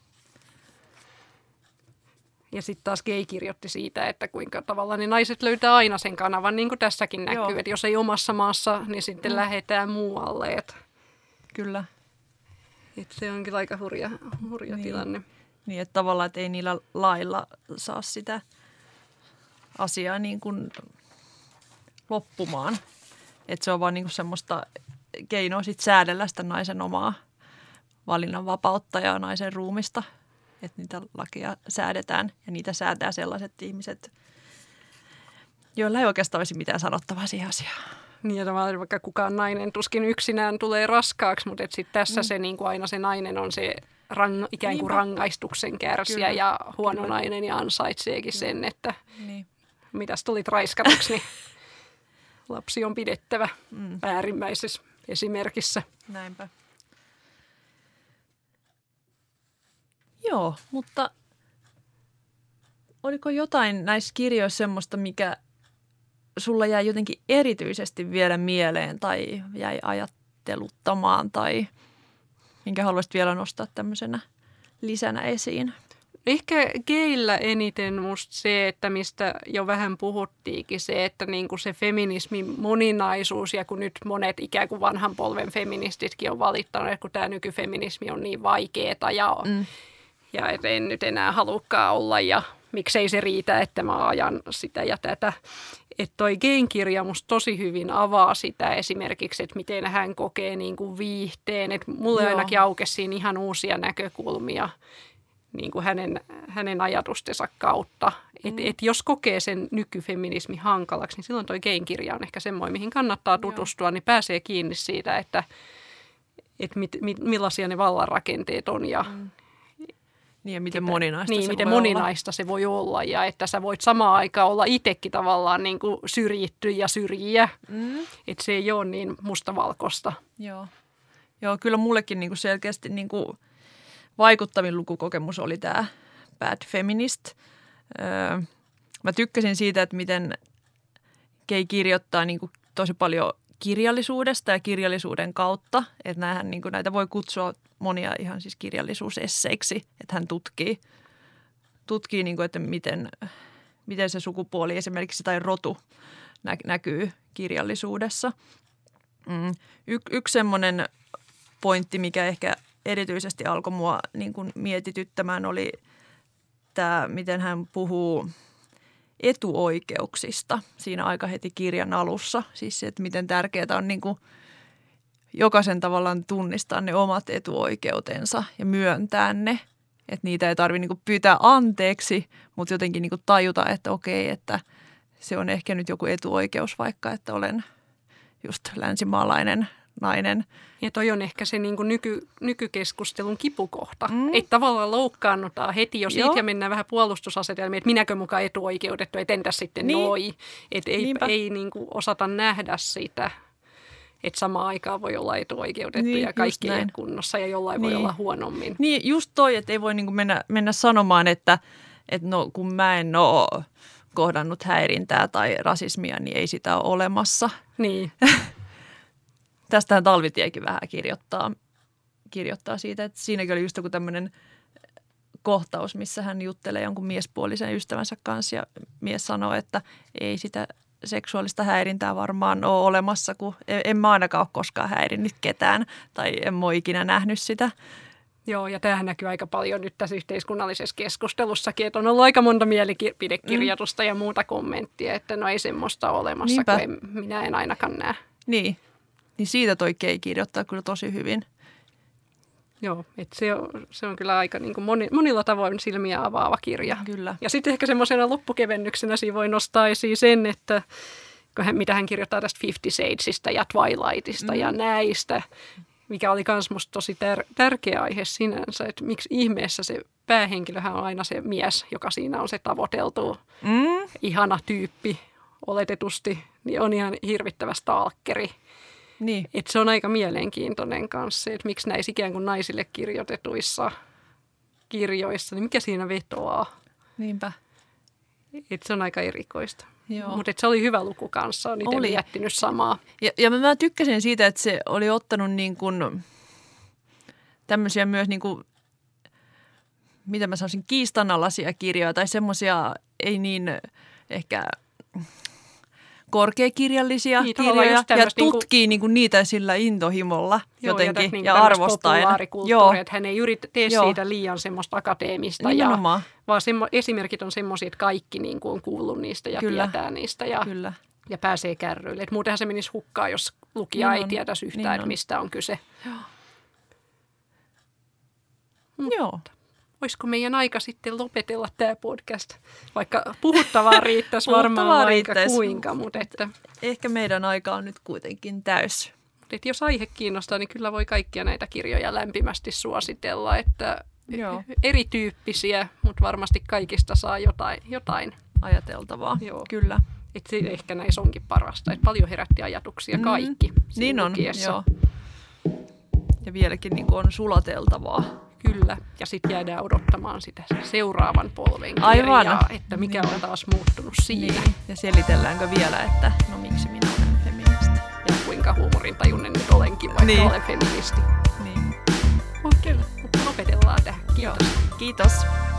Speaker 1: Ja sitten taas Gay kirjoitti siitä, että kuinka tavallaan ne naiset löytää aina sen kanavan, niin kuin tässäkin näkyy. Joo. Että jos ei omassa maassa, niin sitten mm. lähdetään muualle. Et,
Speaker 2: Kyllä.
Speaker 1: Et se onkin aika hurja, hurja
Speaker 2: niin.
Speaker 1: tilanne.
Speaker 2: Niin, että tavallaan että ei niillä lailla saa sitä asiaa niin kuin loppumaan. Että se on vaan niin kuin semmoista keinoa sit säädellä sitä naisen omaa valinnanvapautta ja naisen ruumista. Että niitä lakia säädetään ja niitä säätää sellaiset ihmiset, joilla ei oikeastaan olisi mitään sanottavaa siihen asiaan.
Speaker 1: Niin ja tavallaan vaikka kukaan nainen tuskin yksinään tulee raskaaksi, mutta sitten tässä mm. se niin kuin aina se nainen on se rang, ikään kuin Niinpä. rangaistuksen kärsijä Kyllä. ja huono Kyllä. nainen ja ansaitseekin Kyllä. sen, että niin. mitäs tulit raiskatuksi, niin lapsi on pidettävä mm. äärimmäisessä esimerkissä.
Speaker 2: Näinpä. Joo, mutta oliko jotain näissä kirjoissa semmoista, mikä sulla jäi jotenkin erityisesti vielä mieleen tai jäi ajatteluttamaan tai minkä haluaisit vielä nostaa tämmöisenä lisänä esiin?
Speaker 1: Ehkä Gayllä eniten musta se, että mistä jo vähän puhuttiinkin, se, että niinku se feminismin moninaisuus ja kun nyt monet ikään kuin vanhan polven feministitkin on valittanut, että kun tämä nykyfeminismi on niin vaikeeta ja, mm. ja et en nyt enää halukkaan olla ja miksei se riitä, että mä ajan sitä ja tätä. Että toi Gayn kirja musta tosi hyvin avaa sitä esimerkiksi, että miten hän kokee niinku viihteen. Että mulle Joo. ainakin aukesi siinä ihan uusia näkökulmia niin kuin hänen, hänen ajatustensa kautta. Että mm. et jos kokee sen nykyfeminismi hankalaksi, niin silloin toi Gayn kirja on ehkä semmoinen, mihin kannattaa tutustua, Joo. niin pääsee kiinni siitä, että et mit, mit, millaisia ne vallanrakenteet on ja
Speaker 2: mm. Niin ja miten moninaista
Speaker 1: niin,
Speaker 2: se
Speaker 1: miten
Speaker 2: voi
Speaker 1: moninaista
Speaker 2: olla.
Speaker 1: se voi olla ja että sä voit samaan aikaan olla itsekin tavallaan niin kuin syrjitty ja syrjiä. Mm. Että se ei ole niin mustavalkoista.
Speaker 2: Joo, Joo kyllä mullekin niin kuin selkeästi niin kuin vaikuttavin lukukokemus oli tämä Bad Feminist. Öö, mä tykkäsin siitä, että miten Gay kirjoittaa niin kuin tosi paljon kirjallisuudesta ja kirjallisuuden kautta. Että näähän, niin kuin, näitä voi kutsua monia ihan siis kirjallisuusesseiksi, että hän tutkii, tutkii niin kuin, että miten, miten se sukupuoli esimerkiksi tai rotu nä- näkyy kirjallisuudessa. Mm. Y- yksi semmoinen pointti, mikä ehkä erityisesti alkoi mua niin kuin mietityttämään, oli tämä, miten hän puhuu etuoikeuksista siinä aika heti kirjan alussa. Siis se, että miten tärkeää on niin kuin jokaisen tavallaan tunnistaa ne omat etuoikeutensa ja myöntää ne. Että niitä ei tarvitse niinku pyytää anteeksi, mutta jotenkin niinku tajuta, että okei, että se on ehkä nyt joku etuoikeus vaikka, että olen just länsimaalainen nainen.
Speaker 1: Ja toi on ehkä se niin kuin nyky, nykykeskustelun kipukohta,
Speaker 2: Mm.
Speaker 1: että tavallaan loukkaannutaan heti, jos
Speaker 2: Joo.
Speaker 1: siitä mennään vähän puolustusasetelmiin, että minäkö mukaan etuoikeutettu, että entäs sitten
Speaker 2: Niin.
Speaker 1: noi. Että ei, ei niin kuin osata nähdä sitä, että samaan aikaan voi olla etuoikeutettu
Speaker 2: Niin,
Speaker 1: ja
Speaker 2: just
Speaker 1: kaikki ei
Speaker 2: näin.
Speaker 1: ole kunnossa ja jollain
Speaker 2: Niin.
Speaker 1: voi olla huonommin.
Speaker 2: Niin just toi, että ei voi niinku mennä, mennä sanomaan, että, että no, kun mä en ole kohdannut häirintää tai rasismia, niin ei sitä ole olemassa.
Speaker 1: Niin.
Speaker 2: Tästähän Talvitiekin vähän kirjoittaa, kirjoittaa siitä, että siinäkin oli just joku tämmöinen kohtaus, missä hän juttelee jonkun miespuolisen ystävänsä kanssa ja mies sanoo, että ei sitä seksuaalista häirintää varmaan ole olemassa, kun en mä ainakaan ole koskaan häirinnyt ketään tai en ole ikinä nähnyt sitä.
Speaker 1: Joo, ja tämähän näkyy aika paljon nyt tässä yhteiskunnallisessa keskustelussakin, että on ollut aika monta mielipidekirjoitusta mm. ja muuta kommenttia, että no ei semmoista ole olemassa,
Speaker 2: Niinpä.
Speaker 1: kun en, minä en ainakaan näe.
Speaker 2: Niin, niin siitä toi Kei kirjoittaa kyllä tosi hyvin.
Speaker 1: Joo, että se on, se on kyllä aika niin kuin moni, monilla tavoin silmiä avaava kirja.
Speaker 2: Kyllä.
Speaker 1: Ja sitten ehkä semmoisena loppukevennyksenä siinä voi nostaa esiin sen, että kun hän, mitä hän kirjoittaa tästä Fifty Shadesista ja Twilightista mm. ja näistä, mikä oli myös musta tosi tär, tärkeä aihe sinänsä, että miksi ihmeessä se päähenkilöhän on aina se mies, joka siinä on se tavoiteltu
Speaker 2: Mm.
Speaker 1: ihana tyyppi oletetusti, niin on ihan hirvittävä stalkeri.
Speaker 2: Niin.
Speaker 1: Et se on aika mielenkiintoinen kanssa, että miksi näissä ikään kuin naisille kirjoitetuissa kirjoissa, niin mikä siinä vetoaa.
Speaker 2: Niinpä.
Speaker 1: Et se on aika erikoista.
Speaker 2: Joo.
Speaker 1: Mutta se oli hyvä luku kanssa, on itse
Speaker 2: Oli.
Speaker 1: miettinyt samaa.
Speaker 2: Ja, ja mä tykkäsin siitä, että se oli ottanut niin kuin tämmöisiä myös niin kuin, mitä mä sanoisin, kiistanalaisia kirjoja tai semmoisia ei niin ehkä korkeakirjallisia
Speaker 1: Niin, tavallaan
Speaker 2: kirjoja
Speaker 1: just
Speaker 2: ja
Speaker 1: tämmöistä
Speaker 2: tutkii niin kuin niitä sillä intohimolla
Speaker 1: Joo,
Speaker 2: jotenkin
Speaker 1: ja,
Speaker 2: ja,
Speaker 1: niin
Speaker 2: ja arvostaen.
Speaker 1: Joo. Että hän ei yritä tee
Speaker 2: Joo.
Speaker 1: siitä liian semmoista akateemista, ja,
Speaker 2: Nimenomaan.
Speaker 1: vaan semmo, esimerkit on semmoisia, että kaikki niin kuin on kuullut niistä ja
Speaker 2: Kyllä.
Speaker 1: tietää niistä ja,
Speaker 2: Kyllä.
Speaker 1: ja pääsee kärryille. Et muutenhan se menisi hukkaan, jos lukija
Speaker 2: Niin
Speaker 1: ei
Speaker 2: on.
Speaker 1: tietäisi yhtään,
Speaker 2: Niin
Speaker 1: että
Speaker 2: on.
Speaker 1: mistä on kyse.
Speaker 2: Joo.
Speaker 1: Olisiko meidän aika sitten lopetella tämä podcast? Vaikka puhuttavaa riittäisi varmaan
Speaker 2: Puhuttavaa
Speaker 1: vaikka
Speaker 2: riittäisi.
Speaker 1: kuinka, mutta että,
Speaker 2: Ehkä meidän aika on nyt kuitenkin täys.
Speaker 1: että jos aihe kiinnostaa, niin kyllä voi kaikkia näitä kirjoja lämpimästi suositella. Että
Speaker 2: Joo.
Speaker 1: erityyppisiä, mutta varmasti kaikista saa jotain. jotain.
Speaker 2: Ajateltavaa.
Speaker 1: Joo.
Speaker 2: Kyllä.
Speaker 1: Että se ehkä näissä onkin parasta. Että paljon herätti ajatuksia
Speaker 2: Mm.
Speaker 1: kaikki siinä
Speaker 2: Niin on,
Speaker 1: lukiessa.
Speaker 2: joo. Ja vieläkin niin kuin on sulateltavaa.
Speaker 1: Kyllä. Ja sitten jäädään odottamaan sitä seuraavan polven
Speaker 2: Aivan.
Speaker 1: kirjaa, että mikä on taas muuttunut siinä.
Speaker 2: Niin. Ja selitelläänkö vielä, että no miksi minä olen feministi.
Speaker 1: Ja kuinka huumorintajuinen nyt olenkin, vaikka
Speaker 2: Niin.
Speaker 1: olen feministi.
Speaker 2: Niin.
Speaker 1: Okei, mutta lopetellaan tähän. Kiitos.
Speaker 2: Kiitos.